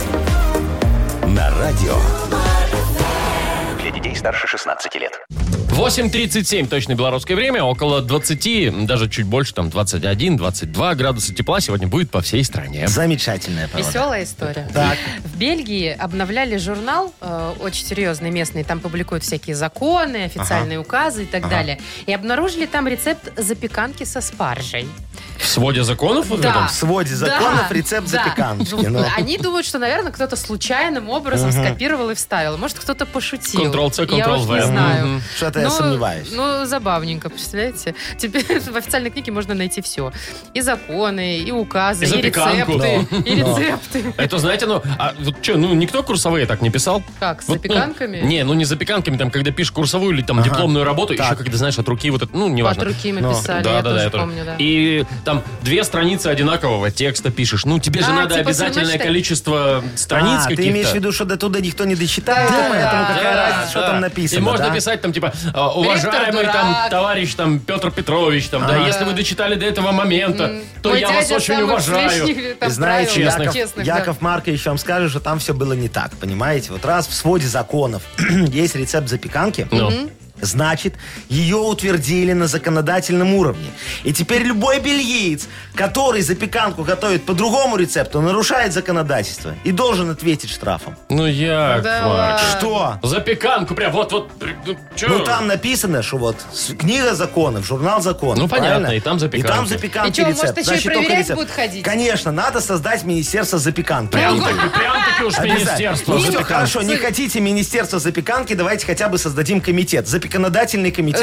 На радио. Для детей старше 16 лет. 8:37 точно белорусское время. Около 20, даже чуть больше, там 21-22 градуса тепла сегодня будет по всей стране. Замечательная погода. Веселая история. Так. В Бельгии обновляли журнал, очень серьезный, местный, там публикуют всякие законы, официальные указы и так далее. И обнаружили там рецепт запеканки со спаржей. В своде законов вот в Да. этом? В своде законов Да, рецепт да. запеканочки. Ну, ну. Они думают, что, наверное, кто-то случайным образом скопировал и вставил. Может, кто-то пошутил. Ctrl-C, Я уж Ctrl-V. не знаю. Мгм. Что-то я сомневаюсь. Ну, забавненько, представляете? Теперь в официальной книге можно найти все. И законы, и указы, И и запеканку. рецепты. И рецепты. Это, знаете, вот что, никто курсовые так не писал? Как, с Вот, запеканками? не запеканками, там, когда пишешь курсовую или там дипломную работу, еще когда, знаешь, от руки вот это, неважно. От руки мы писали, Да, я да, тоже я тоже. помню, да. И там 2 страницы одинакового текста пишешь. Ну, тебе же А, надо типа обязательное сумасшедший. количество страниц А, каких-то. ты имеешь в виду, что до туда никто не дочитает, поэтому какая разница, что там написано, И можно да? писать там, типа, уважаемый дурак. там товарищ там Петр Петрович, там, да, если вы дочитали до этого момента, то Мой я вас дядя очень самых уважаю. лишних, там, Знаете, правил честных. честных, да. Яков Маркович вам скажет, что там все было не так, понимаете? Вот раз в своде законов есть рецепт запеканки, Ну. значит, ее утвердили на законодательном уровне. И теперь любой бельгиец, который запеканку готовит по другому рецепту, нарушает законодательство и должен ответить штрафом. Ну, Яков Да Маркович. ладно. Что? Запеканку прям вот. Чё? Ну, там написано, что вот книга законов, журнал законов. Ну, понятно, правильно? и там запеканки. И там запеканки И чё, рецепт. может, еще и Значит, только проверять рецепт. будут ходить? Конечно, надо создать министерство запеканки. Прям-таки уж Обязательно. министерство Ну, всё, запеканки. хорошо, не хотите министерство запеканки, давайте хотя бы создадим комитет. Законодательный комитет.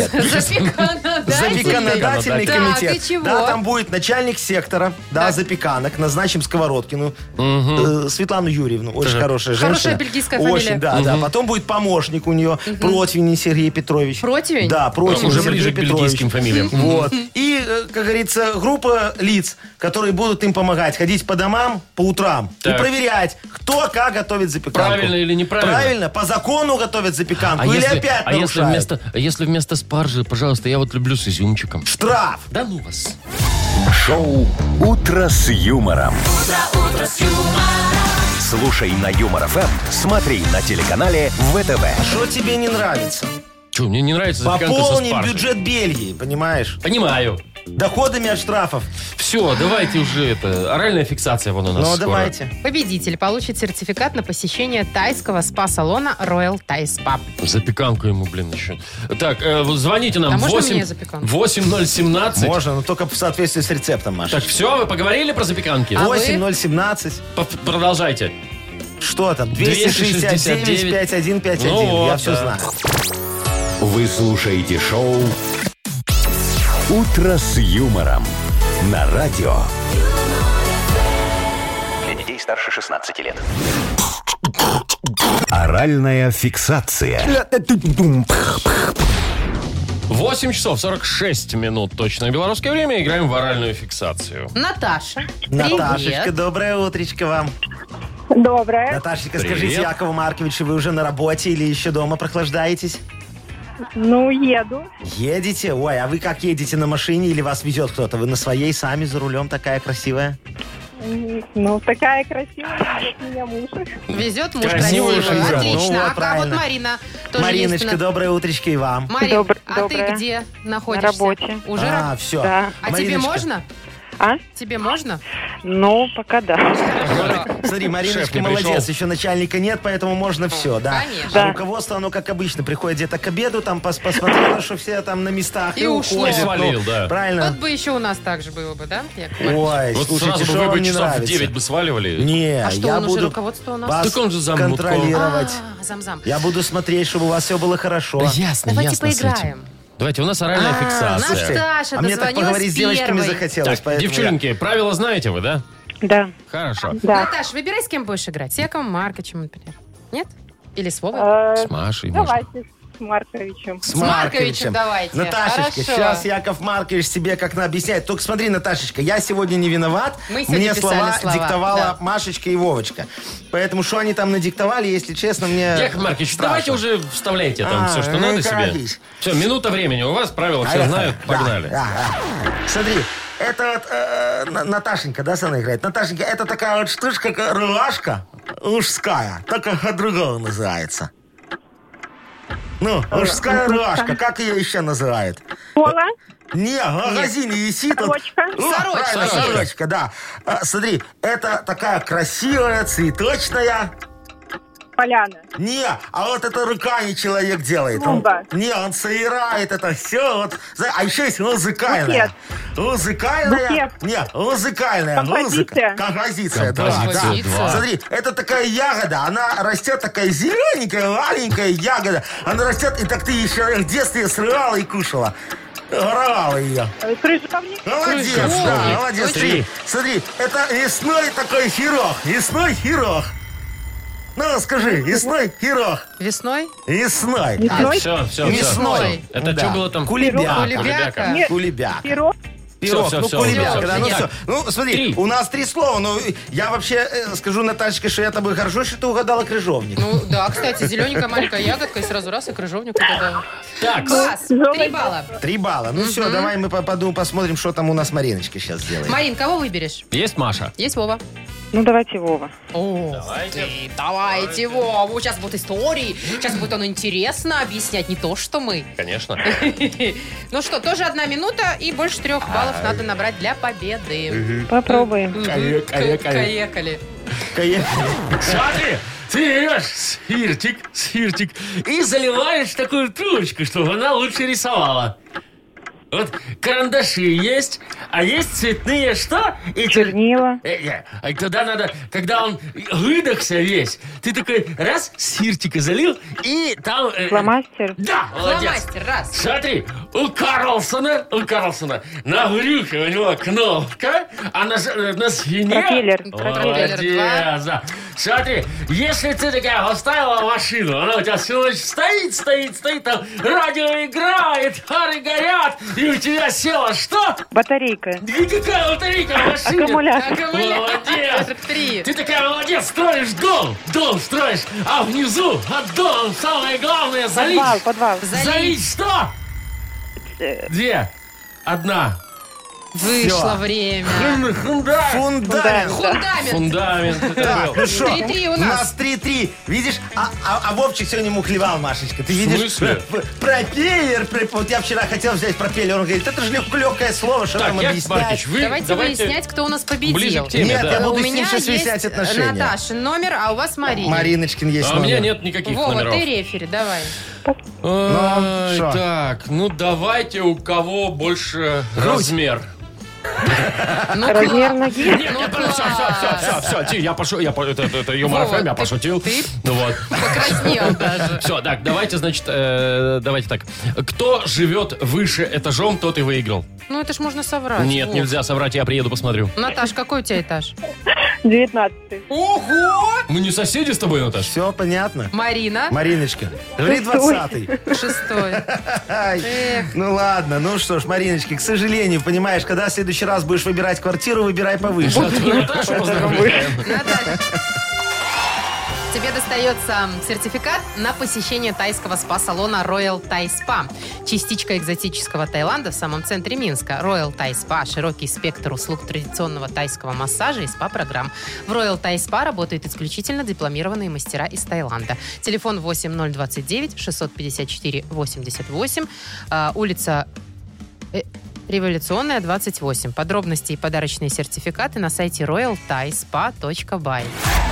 Законодательный Так, комитет. и чего? Да, там будет начальник сектора, да, Так. запеканок. Назначим Сковородкину, Светлану Юрьевну. Очень хорошая женщина. Хорошая бельгийская фамилия. Очень, да, да. Потом будет помощник у нее, Противень Сергей Петрович. Противень? Да, Противень Уже Сергей ближе к Петрович. бельгийским фамилиям. Вот. И, как говорится, группа лиц, которые будут им помогать ходить по домам по утрам Так. и проверять, кто как готовит запеканку. Правильно или неправильно? Правильно, по закону готовят запеканку или опять нарушают. если вместо спаржи, пожалуйста, я вот люблю с изюмчиком. Штраф. Да ну вас. Шоу «Утро с юмором». Слушай на Юмор ФМ, смотри на телеканале ВТВ. Что тебе не нравится? Че, мне не нравится запеканка со Пополним спаржей. бюджет Бельгии, понимаешь? Понимаю. Доходами от штрафов. Все, давайте уже это. Оральная фиксация вон у нас Ну, скоро. давайте. Победитель получит сертификат на посещение тайского спа-салона Royal Thai Spa. Запеканку ему, блин, еще. Так, вот звоните нам. А можно мне запеканку? 8017. Можно, но только в соответствии с рецептом, Маша. Так, все, вы поговорили про запеканки? А вы? 8017. Продолжайте. Что там? 269 5151. Ну вот, Я все да. знаю. Вы слушаете шоу «Утро с юмором» на радио. Для детей старше 16 лет. Оральная фиксация. 8 часов 46 минут точное белорусское время. Играем в оральную фиксацию. Наташа, Наташечка, привет. доброе утречко вам. Доброе. Наташечка, Привет. скажите, Якову Марковичу, вы уже на работе или еще дома прохлаждаетесь? Ну, еду. Едете? Ой, а вы как едете, на машине или вас везет кто-то? Вы на своей сами за рулем такая красивая? Ну, такая красивая, везет меня муж. Везет муж Красивую красивый. жену. Отлично. Ну, вот, А вот правильно. Марина тоже Мариночка, есть. доброе утречко и вам. Марин, Доброе. а ты где находишься? На работе. Уже А, все. Да. А тебе можно? А? Тебе можно? Ну, пока да. Смотри, Шеф Мариночка не молодец, пришел. еще начальника нет, поэтому можно все, да. Конечно. А Да. руководство, оно как обычно, приходит где-то к обеду, там посмотрело, что все там на местах И ушло. уходят. И свалил, Ну, да. Правильно. Вот бы еще у нас так же было бы, да, Яков Маркович? Ой, Вот слушайте, сразу что бы вы вам бы не часов в нравится? 9 бы сваливали. Не, А что, я он уже буду руководство у нас? вас Так он же зам Мутко. контролировать. Зам-зам. Я буду смотреть, чтобы у вас все было хорошо. Ясно, Давайте ясно с этим. поиграем. Давайте, у нас оральная фиксация. слушайте, Наташа а мне так дозвонилась поговорить с девочками первой. захотелось. Так, поэтому девчуленьки, правила знаете вы, да? Да. Хорошо. Да. Наташ, выбирай, с кем будешь играть. С Яковом Марковичем, например. Нет? Или с Вовой? С Машей можно. Давайте с Марковичем. С Марковичем давайте. Наташечка, Хорошо. сейчас Яков Маркович себе как объясняет. Только смотри, Наташечка, я сегодня не виноват. Мы сегодня Мне писали слова, диктовала да. Машечка и Вовочка. Поэтому что они там надиктовали, если честно, мне Яков Маркович, страшно. давайте уже вставляйте там А, все, что ну, надо себе. торопись. Все, минута времени у вас, правила все Поехали. знают, Да, погнали. да, да. Смотри, это вот Наташенька, да, она играет? Наташенька, это такая вот штучка, как рубашка мужская, только по-другому называется. Ну, мужская рубашка. Как ее еще называют? Пола. Не, в магазине висит. вот. Сорочка. О, Сорочка. правильно, сорочка, да. Смотри, это такая красивая, цветочная. Поляна. Не, а вот это руками человек делает. Клумба. Не, он собирает это все. Вот, а еще есть музыкальная. Музыкальная. Букет. Не, музыкальная. Композиция. Композиция, да, Композиция, да. да. Смотри, это такая ягода. Она растет такая зелененькая, маленькая ягода. Она растет, и так ты еще в детстве срывала и кушала. Воровала ее. Крыжовник. Молодец, Крыжовник. да, молодец. Точно. Смотри, это весной такой хирох. Весной хирох. Ну, скажи, весной хирох. Весной? Весной. Весной. Все. Весной. Это Да. что было там? Кулебяка. Кулебяка. Нет. Кулебяка. Пирог. Пирог, Всё, ну, всё, кулебяка, всё, да, ну всё. все. Ну, смотри, 3. у нас 3 слова, но я вообще скажу Наташечке, что я тобой хорошо, что ты угадала крыжовник. Ну, да, кстати, зелененькая маленькая ягодка, и сразу раз, и крыжовник угадала. Так, Класс! 3 балла. 3 балла. Ну все, давай мы посмотрим, что там у нас Мариночка сейчас делает. Марин, кого выберешь? есть Маша? Есть Вова. Ну, давайте Вова. Давайте, Вова. Сейчас будут истории. Сейчас будет он интересно объяснять, не то, что мы. Конечно. Ну что, тоже 1 минута, и больше 3 баллов надо набрать для победы. Попробуем. Каекали. Смотри, ты берешь свиртик и заливаешь такую трубочку, чтобы она лучше рисовала. Вот карандаши есть, а есть цветные что? И Чернила. А тогда надо, когда он выдохся весь, ты такой раз, свиртика залил, и там... Фломастер. Да, молодец. Фломастер, раз. Смотри, у Карлсона на брюхе у него кнопка, а на спине... Пропеллер. Молодец, да. Смотри, если ты такая поставила машину, она у тебя всю ночь стоит, там радио играет, фары горят, и у тебя села что? Батарейка. И какая батарейка в машине? Аккумулятор. Молодец. 3. Ты такая молодец, строишь дом строишь, а внизу от дома самое главное залить. Подвал. Залить что? 2, 1. Вышло время. Фундамент. Фундамент. это Так, был. ну что? 3-3 у У нас. нас 3-3. Видишь, а Вовчик сегодня мухлевал, Машечка. Ты видишь? смысле? Пропеллер. Вот я вчера хотел взять пропеллер. Он говорит, это же легкое слово, что Так, там Яков объяснять. Маркович, вы Давайте выяснять, кто у нас победил. ближе к теме, Нет, да. я буду У с меня ним сейчас выяснять есть отношения. Наташин номер, а у вас Марина. Мариночкин есть А у меня номер. нет никаких Вова, номеров. ты рефери, давай. Ой, шо? так, ну давайте у кого больше размер. Размер ноги. Все, я пошел, это юмор Вова, ФМ, я ты- пошутил. ты Ну вот. Покраснел даже. Все, так, давайте, значит, давайте так. Кто живет выше этажом, тот и выиграл. Ну, это ж можно соврать. Нет, Вов. нельзя соврать, я приеду, посмотрю. Наташ, какой у тебя этаж? 19. Ого! Мы не соседи с тобой, Наташ? Все понятно. Марина? Мариночка, говори 20-й. 6. Ай, Эх. ну ладно, ну что ж, Мариночка, к сожалению, понимаешь, когда в следующий раз будешь выбирать квартиру, выбирай повыше. Наташу поздравляем. Наташа. Тебе достается сертификат на посещение тайского спа-салона Royal Thai Spa. Частичка экзотического Таиланда в самом центре Минска. Royal Thai Spa – широкий спектр услуг традиционного тайского массажа и спа-программ. В Royal Thai Spa работают исключительно дипломированные мастера из Таиланда. Телефон 8029 654 88, улица Революционная, 28. Подробности и подарочные сертификаты на сайте royalthaispa.by.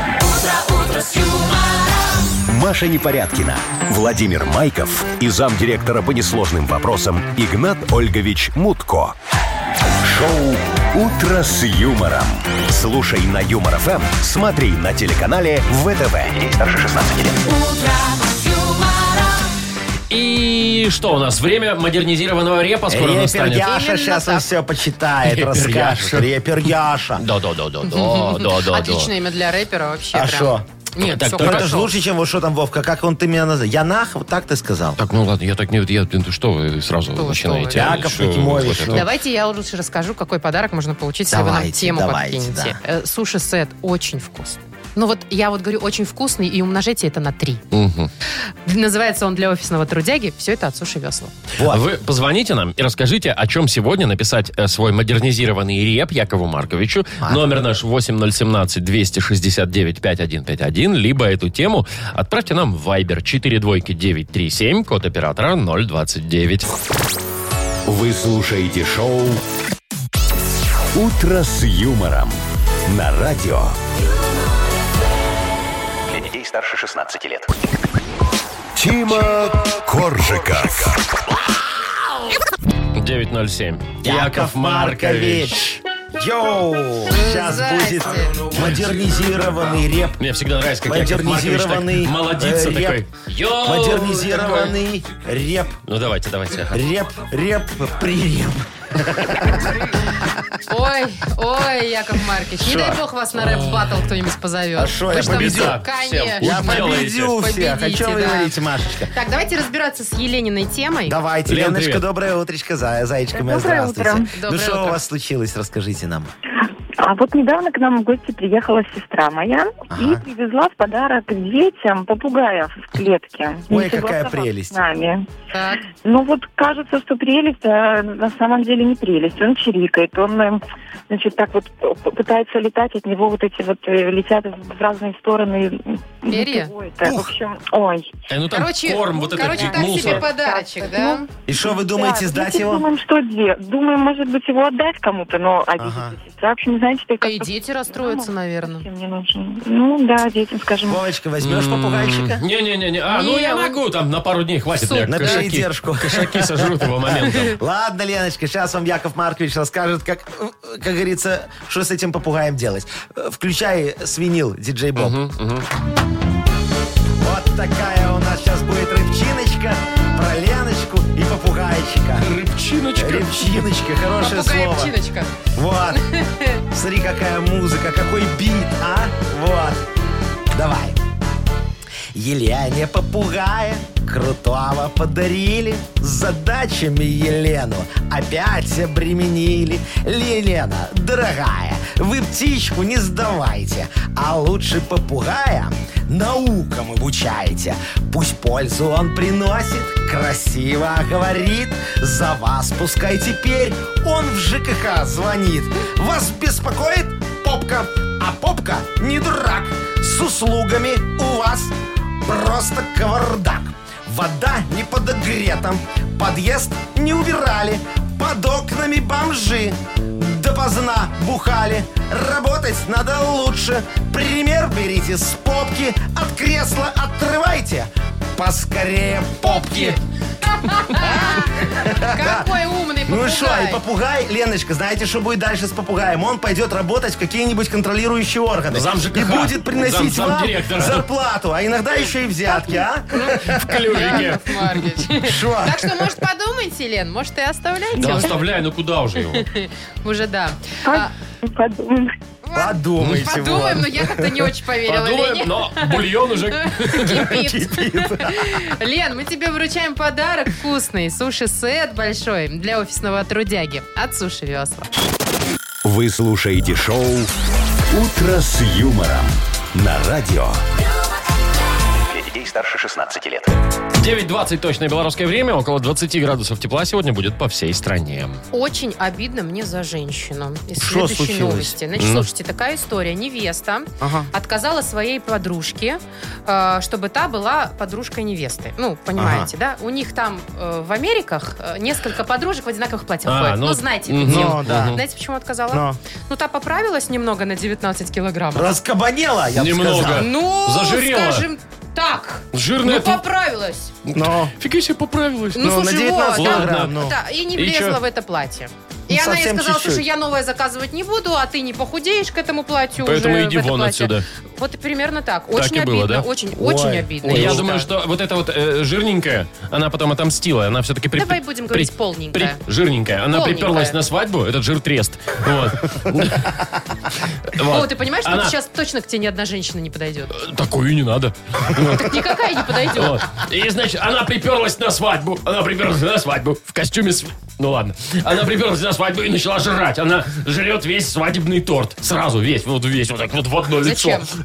Маша Непорядкина, Владимир Майков и замдиректора по несложным вопросам Игнат Ольгович Мутко. Шоу «Утро с юмором». Слушай на Юмор ФМ, смотри на телеканале ВТВ. Ей старше 16 лет. И что у нас? Время модернизированного репа скоро настанет. Репер-Яша Именно сейчас он так. все почитает, расскажет. Репер-Яша. Репер-Яша. Да. Отличное имя для рэпера вообще. А прям. что? Нет, Так, все только Это хорошо. же лучше, чем вот что там, Вовка, как он ты меня называл? Янах, вот так ты сказал? Так, ну ладно, я так не... что вы сразу Что вы, начинаете? что вы. Яков Что Якимович, вот это? ну. Давайте я лучше расскажу, какой подарок можно получить, если вы нам Давайте, тему давайте, подкинете. Суши-сет очень вкусный. Ну вот я вот говорю, очень вкусный, и умножайте это на 3. Называется он для офисного трудяги. Все это от Суши Весла. Вы позвоните нам и расскажите, о чем сегодня написать свой модернизированный реп Якову Марковичу. Номер наш 8017-269-5151. Либо эту тему отправьте нам в Viber 42937, код оператора 029. Вы слушаете шоу «Утро с юмором» на радио. Для детей старше 16 лет. Тима Коржика. 9:07. Яков Маркович. Йоу! Сейчас Здрасте. будет модернизированный реп. Мне всегда нравится, как Яков Маркович так Модернизированный молодится реп. такой. Йоу! Модернизированный реп. Ну, давайте. Ага. Реп, приреп. Ой, Яков Маркович, не дай бог вас на рэп-баттл кто-нибудь позовет. А шо, Вы я ж там победил? все, конечно. Я Делаете. победю всех. О Победите, чем вы да. говорите, Машечка? Так, давайте разбираться с Елениной темой. Давайте, Лен, Леночка, привет. доброе утречко, зайчка моя, Доброе здравствуйте. утро. Ну Доброе что утро. у вас случилось, расскажите нам. А вот недавно к нам в гости приехала сестра моя и привезла в подарок детям попугаев в клетке. Ой, Не какая согласовав прелесть. с нами. Так. Ну вот кажется, что прелесть, а на самом деле не прелесть. Он чирикает, он, значит, так вот пытается летать, от него вот эти вот летят в разные стороны. Перья? Это, в общем, ой. Ну там корм, вот короче, этот так себе мусор. подарочек, да? И что, вы думаете, Да, сдать мы его? Думаем, что делать. Думаем, может быть, его отдать кому-то, но обидится сестра. В общем, знаете, что Да и дети расстроятся, наверное. не нужен. Ну да, детям, скажем. Вовочка, возьмешь попугайчика? Не-не-не. Ну я могу, там на пару дней хватит. Суп, мне На кошаки. передержку. Кошаки сожрут его моментом. Ладно, Леночка, сейчас вам Яков Маркович расскажет, как говорится, что с этим попугаем делать. Включай свинил, диджей Боб. Вот такая у нас сейчас будет рыбчиночка про Леночку и попугайчика. Рыбчиночка. Рыбчиночка, хорошее слово. Попугай-птиночка. Вот. Смотри, какая музыка, какой бит, а? Вот. Давай. Елене попугая крутого подарили, с задачами Елену опять обременили. Елена, дорогая, вы птичку не сдавайте, а лучше попугая наукам обучайте. Пусть пользу он приносит, красиво говорит, за вас пускай теперь он в ЖКХ звонит. Вас беспокоит попка, а попка не дурак. С услугами у вас просто кавардак. Вода не подогрета, подъезд не убирали, под окнами бомжи допоздна бухали. Работать надо лучше, пример берите с попки, от кресла отрывайте поскорее попки. Какой умный попугай. Ну и что, и попугай, Леночка, знаете, что будет дальше с попугаем? Он пойдет работать в какие-нибудь контролирующие органы. Зам ЖКХ. И будет приносить Зам вам директора. зарплату, а иногда еще и взятки, а? В клювике. Яков Маркович. Шо? Так что, может, подумайте, Лен, может, и оставляйте? Да оставляй, ну куда уже его? Уже да. Подумаем. Подумайте. Подумаем, вот. но я как-то не очень поверила Подумаем, Лене. но бульон уже... Кипит. Лен, мы тебе вручаем подарок вкусный. Суши-сет большой для офисного трудяги от Суши Весла. Вы слушаете шоу «Утро с юмором» на радио. Для детей старше 16 лет. 9:20 точное белорусское время. Около 20 градусов тепла сегодня будет по всей стране. Очень обидно мне за женщину. Из Что следующей случилось? новости. Значит, слушайте, такая история. Невеста отказала своей подружке, чтобы та была подружкой невесты. Ну, понимаете, да? У них там в Америках несколько подружек в одинаковых платьях ходят. Ну, знаете эту тему. Ну, да. Знаете, почему отказала? Но. Ну, та поправилась немного на 19 килограммов. Раскабанела, я бы Немного. сказал. Ну, Зажирела. скажем так. Жирная Ну, поправилась. Но. Фига себе поправилась. Ну, на слушай, 19 вот, килограмм, ну. да, и не И влезла чё? в это платье. И Ну, она ей совсем сказала, чуть-чуть. слушай, я новое заказывать не буду, а ты не похудеешь к этому платью Поэтому уже, иди в это вон платье. отсюда. Вот и примерно так. Очень и было, обидно, да? очень Ой, обидно. ой, Я считаю. думаю, что вот эта вот жирненькая, она потом отомстила. Она все-таки... Давай будем говорить полненькая. Жирненькая. Она Полненькая. приперлась на свадьбу, этот жир трест. Вот. О, ты понимаешь, что Она- сейчас точно к тебе ни одна женщина не подойдет? Такую не надо. Так никакая не подойдет. Вот. И, значит, она приперлась на свадьбу. В костюме... Ну ладно. Она приперлась на свадьбу и начала жрать. Она жрет весь свадебный торт. Сразу весь. Вот так вот в одно лицо. Зачем?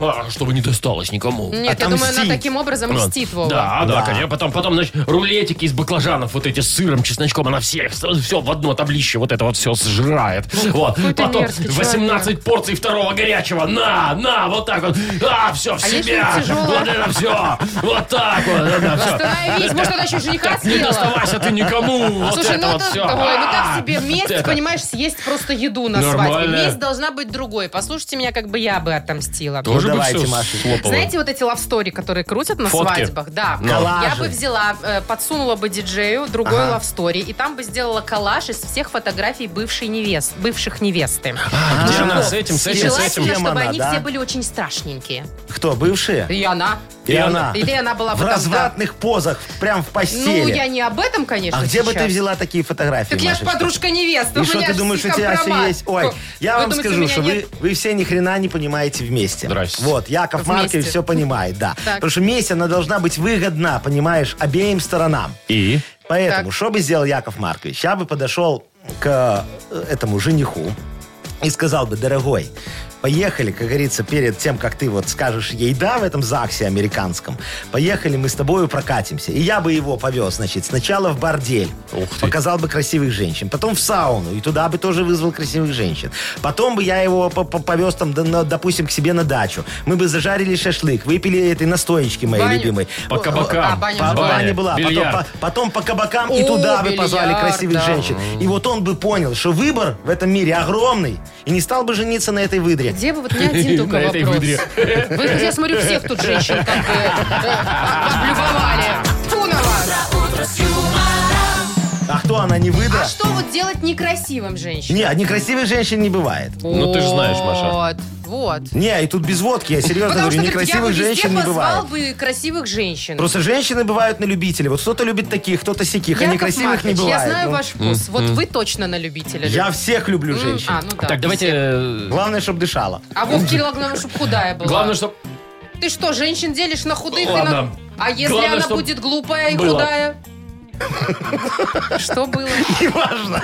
чтобы не досталось никому. Нет, я думаю, она Отомстить. таким образом мстит, Вова. Да, конечно. Потом, значит, рулетики из баклажанов, вот эти с сыром, чесночком, она все в одно таблище вот это вот все сжирает. Вот. Какой ты Потом мерзкий 18 порций второго горячего. На, вот так вот. Все, в если себя. тяжело? Вот это все. Вот так вот. Это все. Остановись, может, она еще жениха Не съела. доставайся ты никому. Вот Слушай, это ну вот это, все. ой, ну так себе месть, понимаешь, съесть просто еду на Нормально. свадьбе. Месть должна быть другой. Послушайте меня, как бы я бы отомстила. Тоже бы давайте, все Маша. слопало. Знаете, вот эти лавстори, которые крутят на Фотки? свадьбах? Да. Коллажи. Я бы взяла, подсунула бы диджею другой Ага. лавстори, и там бы сделала коллаж из всех фотографий бывших невесты. Где она с этим, с этим, с этим? Желательно, чтобы Она, они да? все были очень страшненькие. Кто, бывшие? И она. И она. Или она была В бы там, да. развратных позах, прям в Ну, постели. я не об этом, конечно, А где бы сейчас. ты взяла такие фотографии, Так я же Машечка? подружка невесты. И у что меня ты ж думаешь, у тебя все компромат. есть? Ой, я Вы вам думаете, у скажу, меня что нет? вы все ни хрена не понимаете вместе. Здрасте. Вот, Яков Вместе. Маркович все понимает, да. Так. Потому что месть, она должна быть выгодна, понимаешь, обеим сторонам. И? Поэтому, Так. что бы сделал Яков Маркович? Я бы подошел к этому жениху и сказал бы: дорогой, поехали, как говорится, перед тем, как ты вот скажешь ей «да» в этом ЗАГСе американском, поехали, мы с тобою прокатимся. И я бы его повез, значит, сначала в бордель, Ух ты. показал бы красивых женщин, потом в сауну, и туда бы тоже вызвал красивых женщин. Потом бы я его повез там, допустим, к себе на дачу. Мы бы зажарили шашлык, выпили этой настоечки моей Баню. любимой. По кабакам. А, баня По была. бане была. бильярд. Потом по кабакам, и О, туда бы позвали бильярд, красивых да. женщин. И вот он бы понял, что выбор в этом мире огромный, и не стал бы жениться на этой выдре. Где бы вот не один только На этой вопрос. выдре. Вы, я смотрю, всех тут женщин как бы облюбовали. Фу на вас. А кто она, не выдра? А что вот делать некрасивым женщинам? Не, некрасивых женщин не бывает. Ну, ты же знаешь, Маша. Вот. Не, и тут без водки, я серьезно Потому говорю, что говорит, я бы некрасивых везде женщин не позвал бывает. бы красивых женщин. Просто женщины бывают на любителей. Вот кто-то любит таких, кто-то сяких, а Яков некрасивых не Маркович, бывает. я знаю Ну, ваш вкус. Вот вы точно на любителя. Я всех люблю женщин. А, ну да. Так, давайте... Главное, чтобы дышала. А Вовке главное, чтобы худая была. Главное, чтобы... Ты что, женщин делишь на худых и Ладно. на... А если Главное, она чтоб будет глупая и было. худая? Что было? Неважно,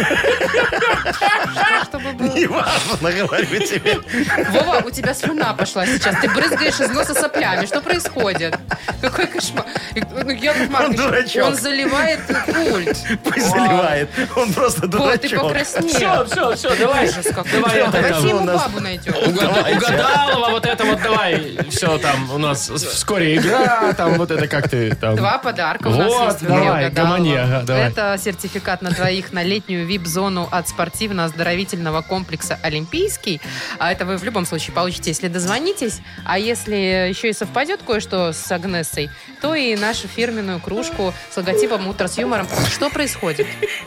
Чтобы было? неважно, говорю тебе. Вова, у тебя слюна пошла сейчас. Ты брызгаешь из носа соплями. Что происходит? Какой кошмар. Ну, Яков Маркович, дурачок. он заливает пульт. Пусть заливает. Он просто Ой, ты дурачок. покраснел. Все, давай. Ужас какой. Давай это Давайте там. ему у нас- бабу найдем. Угадалова, вот это вот давай. Все, там у нас вскоре игра, там вот это как ты там. 2 подарка у нас Вот, есть. в игре давай, «Угадалова». гомони, ага, давай. Это сертификат на двоих на летнюю вип-зону от спортивно-оздоровительного комплекса «Олимпийский». А это вы в любом случае получите, если дозвонитесь. А если еще и совпадет кое-что с Агнессой, то и нашу фирменную кружку с логотипом «Утро с юмором». Что происходит?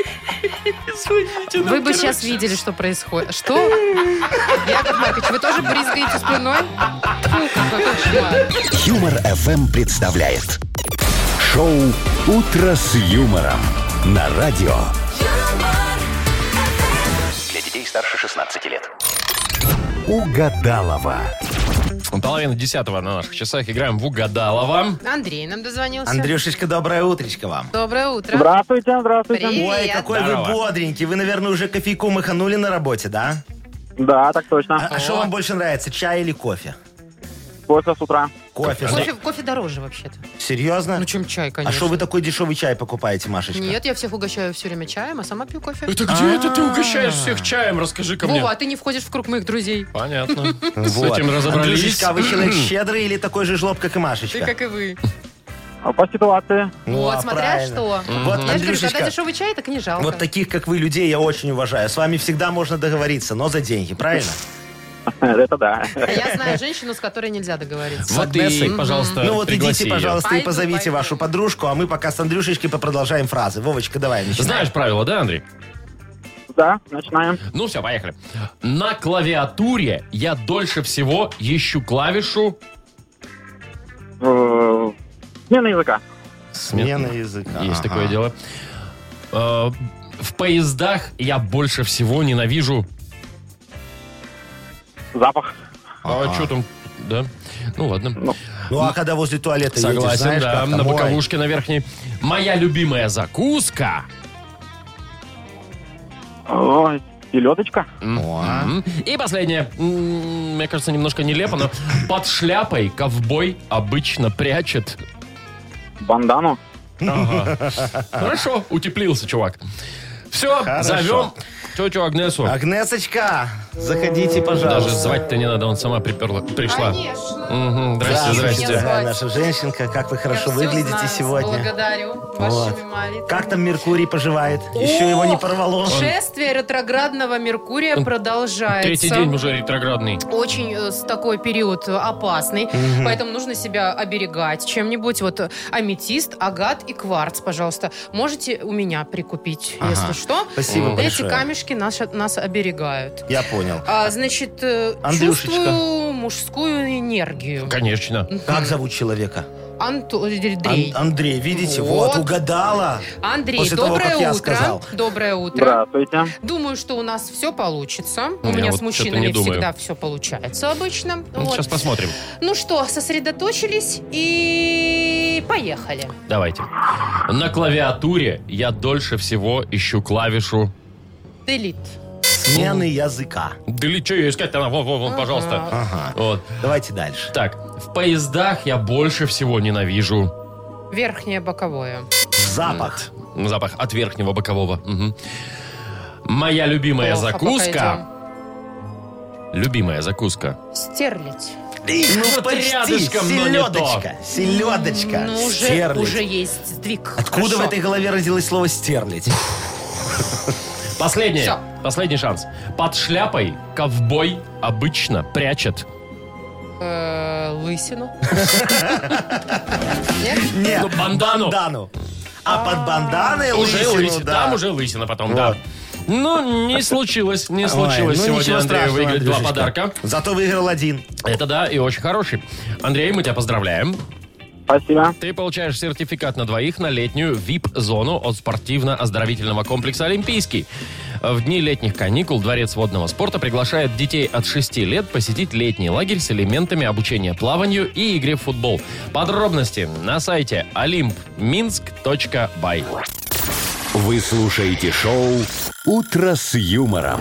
Вы бы сейчас видели, что происходит. Что? Яков Маркович, вы тоже брызгаете слюной? Фу, какой кошмар. Юмор FM представляет шоу Утро с юмором на радио. Для детей старше 16 лет. Угадалова. 9:30 на наших часах играем в Угадалова. Андрей нам дозвонился. Андрюшечка, доброе утречко вам. Доброе утро. Здравствуйте, здравствуйте. Привет. Ой, какой Здорово. вы бодренький. Вы, наверное, уже кофейку маханули на работе, да? Да, так точно. А что вам больше нравится, чай или кофе? Кофе с утра. Кофе. Кофе дороже вообще-то. Серьезно? Ну, чем чай, А конечно. что вы такой дешевый чай покупаете, Машечка? Нет, я всех угощаю все время чаем, а сама пью кофе. Это где это ты угощаешь всех чаем? Расскажи-ка мне. Вова, а ты не входишь в круг моих друзей. Понятно. С Вот. этим разобрались. Андрюшечка, а вы человек щедрый или такой же жлоб, как и Машечка? Ты как и вы. По ситуации. Ну, вот, а смотря правильно. что. Вот, Я же говорю, Андрюшечка, когда дешевый чай, так и не жалко. вот таких, как вы, людей я очень уважаю. С вами всегда можно договориться, но за деньги, правильно? Это да. А я знаю женщину, с которой нельзя договориться. Вот Агнесой? и, пожалуйста, Ну вот пригласи идите, ее. пожалуйста, и Пойду, позовите пойду. вашу подружку, а мы пока с Андрюшечкой попродолжаем фразы. Вовочка, давай, начинай. Знаешь правила, да, Андрей? Да, начинаем. Ну все, поехали. На клавиатуре я дольше всего ищу клавишу... Смена языка. Смена языка. Есть Ага. такое дело. В поездах я больше всего ненавижу... Запах. А что там? Да? Ну ладно. Ну а когда возле туалета едешь, Согласен, знаешь, да, как там, на ой, боковушке на верхней. Моя любимая закуска... Ой, Селедочка. И последнее. Мне кажется, немножко нелепо, но под шляпой ковбой обычно прячет... Бандану. Ага. Хорошо, утеплился, чувак. Все, зовем тетю Агнесу. Агнесочка, заходите, пожалуйста. Даже звать-то не надо, он сама пришла. Конечно. Здрасте, здрасте. Дорогая наша женщинка, как вы хорошо выглядите сегодня. Благодарю Вот. вашими молитвами. Как там Меркурий поживает? Еще его не порвало. Шествие ретроградного Меркурия продолжается. Третий день уже ретроградный. Очень такой период опасный, поэтому нужно себя оберегать чем-нибудь. Вот аметист, агат и кварц, пожалуйста. Можете у меня прикупить, если что. Спасибо Эти большое. камешки нас оберегают. Я понял. Значит, Андрюшечка. чувствую мужскую энергию. Конечно. Как зовут человека? Андрей. Андрей, видите, Вот. вот угадала. Андрей, После того, доброе как я утро. сказал. Доброе утро. Здравствуйте. Думаю, что у нас все получится. У Я меня вот с что-то мужчинами не думаю. всегда все получается обычно. Ну, Вот. сейчас посмотрим. Ну что, сосредоточились и поехали. Давайте. На клавиатуре я дольше всего ищу клавишу. Делит. Смены языка. Да или что ее искать-то? Вон, пожалуйста. Ага. Вот. Давайте дальше. Так, в поездах я больше всего ненавижу Верхнее боковое. Запах. запах от верхнего бокового. Мгм. Моя любимая Плохо закуска. Любимая закуска. Стерлить. Ну, вот почти. рядышком, но не Селедочка. Селедочка. Ну, Стерлить. уже есть сдвиг. Откуда в Хорошо. этой голове родилось слово «стерлить»? Последнее. Всё. Последний шанс. Под шляпой ковбой обычно прячет. Лысину. Нет? Нет, Ну, бандану. бандану. А под банданой Уже лысину, лысина. да. Там уже лысина потом, Вот. да. Ну, не случилось. Не Ой, случилось ну, сегодня ничего Андрею страшного, выиграть два Андрюшечка. подарка. Зато выиграл один. Это да, и очень хороший. Андрей, мы тебя поздравляем. Спасибо. Ты получаешь сертификат на двоих на летнюю VIP-зону от спортивно-оздоровительного комплекса «Олимпийский». В дни летних каникул Дворец водного спорта приглашает детей от 6 лет посетить летний лагерь с элементами обучения плаванию и игре в футбол. Подробности на сайте olympminsk.by. Вы слушаете шоу «Утро с юмором».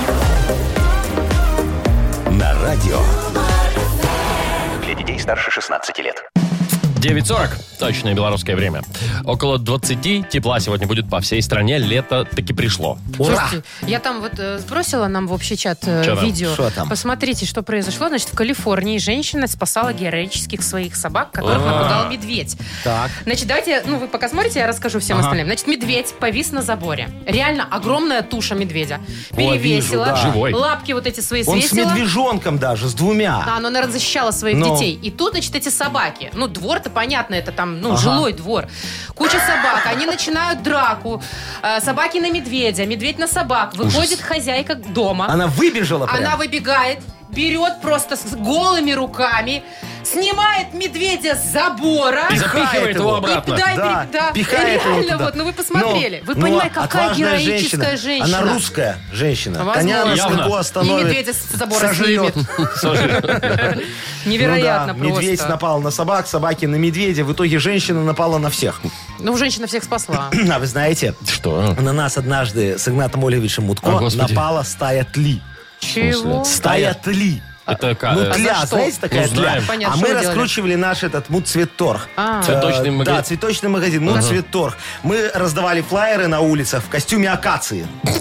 На радио. Для детей старше 16 лет. 9:40, точное белорусское время. Около 20 тепла сегодня будет по всей стране. Лето таки пришло. Ура! Слушайте, я там вот сбросила нам в общий чат Чё там? видео. Что там? Посмотрите, что произошло. Значит, в Калифорнии женщина спасала героических своих собак, которых напугал медведь. Так. Значит, давайте, вы пока смотрите, я расскажу всем остальным. Значит, медведь повис на заборе. Реально огромная туша медведя. Перевесила. вижу, да. Живой. Лапки вот эти свои Он с свесила. медвежонком даже, с двумя. Да, она, наверное, защищала своих Ну. детей. И тут, значит, эти собаки. Ну, двор-то понятно, это там, жилой двор. Куча собак. Они начинают драку. Собаки на медведя, медведь на собак. Выходит хозяйка дома. Она выбежала прям. Она выбегает, берет просто с голыми руками, снимает медведя с забора. И запихивает его обратно. И, да, пихает его реально, туда. вот, вы посмотрели. Вы Ну, понимаете, какая отважная героическая женщина. Она русская женщина. Возможно. Коня на Явно. скаку И остановит. медведя с забора сожрет. снимет. Невероятно Ну да, просто. медведь напал на собак, собаки на медведя. В итоге женщина напала на всех. Ну, женщина всех спасла. А вы знаете, Что? на нас однажды с Игнатом Ольговичем Мутко О, Господи. напала стая тли. Чего? Стая тли. Это Ну, тля, за что? знаете, такая Ну, тля. знаем. Понятно, А что мы вы делали? раскручивали наш этот Мудцветторг. Цветочный магазин. Да, цветочный магазин, Мудцветторг. Мы раздавали флаеры на улицах в костюме акации.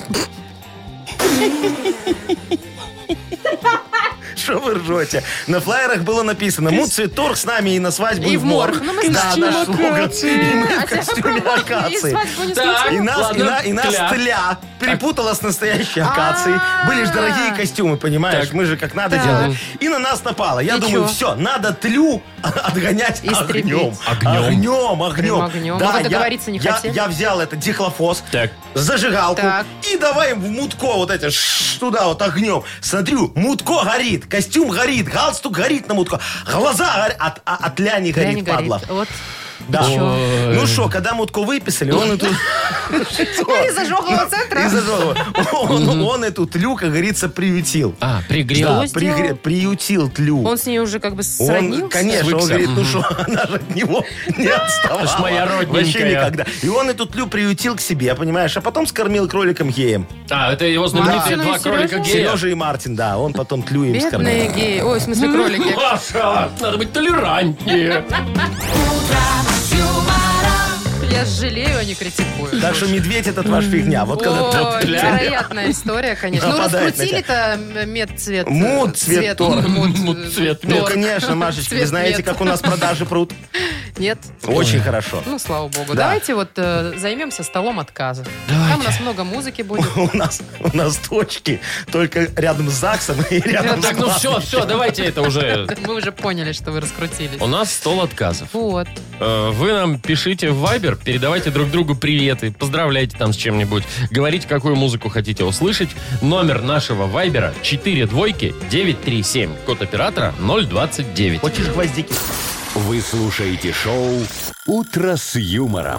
Что вы ржете? На флаерах было написано «Мудцветторг с нами и на свадьбу, И в морг». Ну, мы Да, знаем. наш слоган. И мы в А тебя костюме попробуй, и акации. свадьбу не Так. случилось? И нас, Ладно, и нас тля. тля перепутала с настоящей акацией. Были же дорогие костюмы, понимаешь? Так. Мы же как надо Так. делали. И на нас напало. Я И думаю, чё? все, надо тлю отгонять Истребить. огнем. Прям огнем. А вы договориться не хотели? Я взял этот дихлофос, Так. зажигалку Так. и давай в Мутко вот это туда вот огнем. Смотрю, Мутко горит, костюм горит, галстук горит на Мутко. Глаза горят, а тля не Тля горит, не падла. горит. Вот. Да. Ой. Ну что, когда Мутко выписали, он эту... Из ожогового центра? Из ожогового. Он эту тлю, как говорится, приютил. Пригрел. Да, сделал? приютил тлю. Он с ней уже как бы Он, сроднился? конечно, он Свыкся. говорит, ну что, она же от него не отставала. Это ж моя родненькая. Вообще никогда. И он эту тлю приютил к себе, понимаешь, а потом скормил кроликом геем. Это его знаменитые Да. два Сережа? кролика гея. Сережа и Мартин, да, он потом тлю им Бедные скормил. геи. Ой, в смысле кролики. Маша, надо быть толерантнее. Я жалею, а не критикую. Так что медведь этот ваш фигня. Вот когда Ой, невероятная история, конечно. Ну, Нападает на раскрутили-то медцвет. Муд-цвет торг. Муд-цвет Ну, торг. конечно, Машечка, вы Цвет знаете, нет. как у нас продажи прут? Нет? Очень хорошо. Ну, слава богу. Да. Давайте вот займемся столом отказов. Там у нас много музыки будет. У нас точки только рядом с ЗАГСом и рядом с Так, ну все, давайте это уже. Мы уже поняли, что вы раскрутились. У нас стол отказов. Вот. Вы нам пишите в Viber, передавайте друг другу приветы, поздравляйте там с чем-нибудь, говорите, какую музыку хотите услышать. Номер нашего Viber 42937, код оператора 029. Хочешь гвоздики? Вы слушаете шоу «Утро с юмором».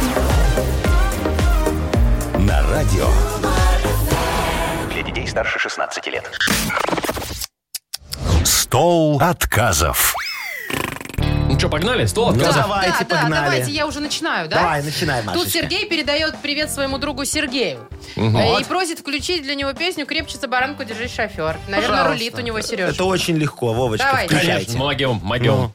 На радио. Для детей старше 16 лет. Стол отказов. Ну что, погнали? Стол отказов. Давайте, погнали. Давайте, я уже начинаю, да? Давай, начинай, Машечка. Тут Сергей передает привет своему другу Сергею. И просит включить для него песню «Крепче за баранку держись, шофер». Наверное, Пожалуйста. рулит у него Сережа. Это очень легко, Вовочка, Давай. включайте. Конечно, могем.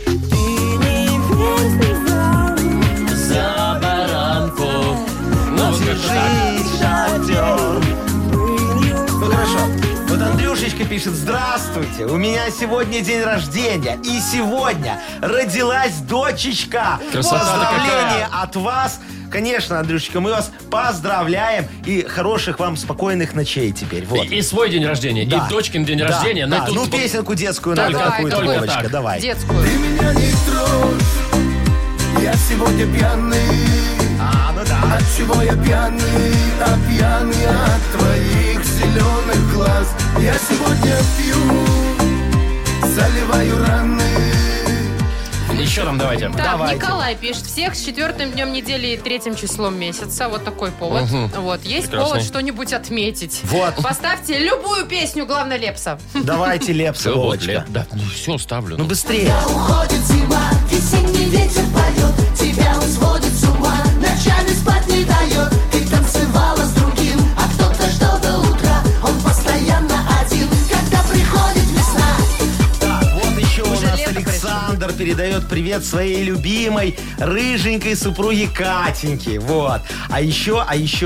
За баранку. Ну, вот как-то так. Ну хорошо. Вот Андрюшечка пишет: здравствуйте, у меня сегодня день рождения. И сегодня родилась дочечка. Красота-то Поздравления какая. от вас. Конечно, Андрюшечка, мы вас поздравляем. И хороших вам спокойных ночей теперь. Вот. И свой день рождения, Да. и дочкин день Да, рождения. да. Но тут Ну, вот- песенку детскую Только надо так, какую-то, только Вовочка, так. давай. Детскую. Меня не трожь, я сегодня пьяный. Ну да. От чего я пьяный, а пьяный от твоих зеленых глаз. Я сегодня пью, заливаю раны. Еще там давайте. Так, Давайте. Николай пишет: всех с 4 днем недели и 3 числом месяца. Вот такой повод. Вот. Есть Прекрасный. повод что-нибудь отметить. Вот. Поставьте любую песню, главное, Лепса. Давайте Лепса, Всё, вот, Вовочка. Да, ну все, ставлю. Ну быстрее. Уходит зима, весенний ветер поет, тебя он сводит с ума, ночами спать не дает. Ты танцевала с другим, а кто-то ждал до утра. Он постоянно один, когда приходит весна. Так, вот еще у Уже нас лето Александр передает привет своей любимой рыженькой супруге Катеньке. Вот. А еще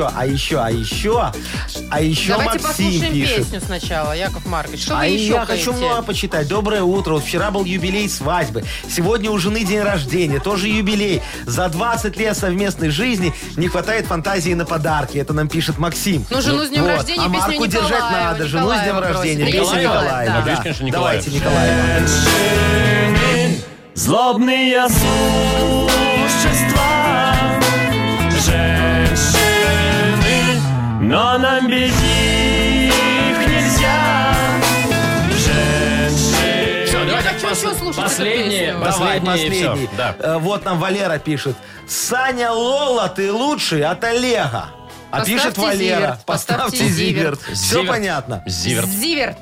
Давайте Максим послушаем пишет. песню сначала, Яков Маркович. Что А вы еще я хочу много почитать. Доброе утро. Вот вчера был юбилей свадьбы. Сегодня у жены день рождения. Тоже юбилей. За 20 лет совместной жизни не хватает фантазии на подарки. Это нам пишет Максим. Ну, жену с днем рождения, А песню Марку держать Николаева. надо. Жену с днем Николаева рождения. просит. Песня Николаева, Николаева. да. Конечно, конечно, Николаев. Давайте, Николаева. Злобные существа, женщины, но нам без них нельзя. Женщины. Все, давайте хочу еще слушать последнее, эту песню. последнее, всё, да. Вот нам Валера пишет. Саня Лола, ты лучший от Олега. А Поставьте пишет Валера. зиверт, поставьте зиверт. Все Зиверт. понятно. Зиверт. Зиверт.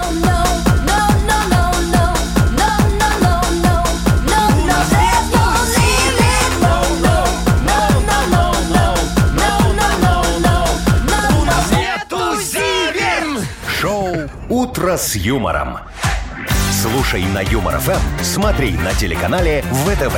Шоу «Утро с юмором». Слушай на Юмор ФМ, смотри на телеканале ВТВ.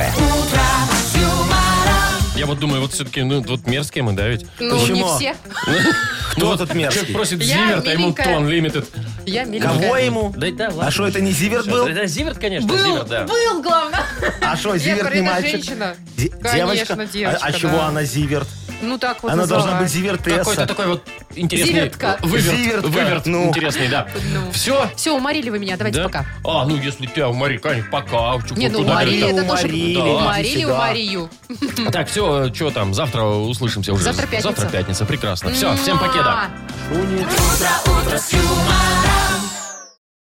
Я вот думаю, вот все-таки, ну, вот мерзкие мы, да, ведь? Ну, Почему? не все. Кто тут мерзкий? Человек просит Я зиверт, а ему миленькая. тон лимитед. Я миленькая. Кого ему? Да, ладно. А что, это не Зиверт был? Да, Зиверт, конечно, Был, Зиверт, да. был, главное. А что, Я Зиверт говорю, не это мальчик? женщина. Девочка? Конечно, девочка, А чего да. она Зиверт? Ну, так вот Она должна быть называют. Зивертесса. Какой-то такой вот интересный Зивертка. выверт, Зивертка, ну. интересный, да. Ну. Все? Все, уморили вы меня, давайте Да? пока. А, ну если тебя уморить, конечно, пока. Чё, Не, ну куда уморили, ты это тоже... уморили, Уморили, нифига. уморию. там? Так, все, что там, завтра услышимся уже. Завтра пятница. Завтра пятница, прекрасно. Все, всем покеда. Утро с юмором.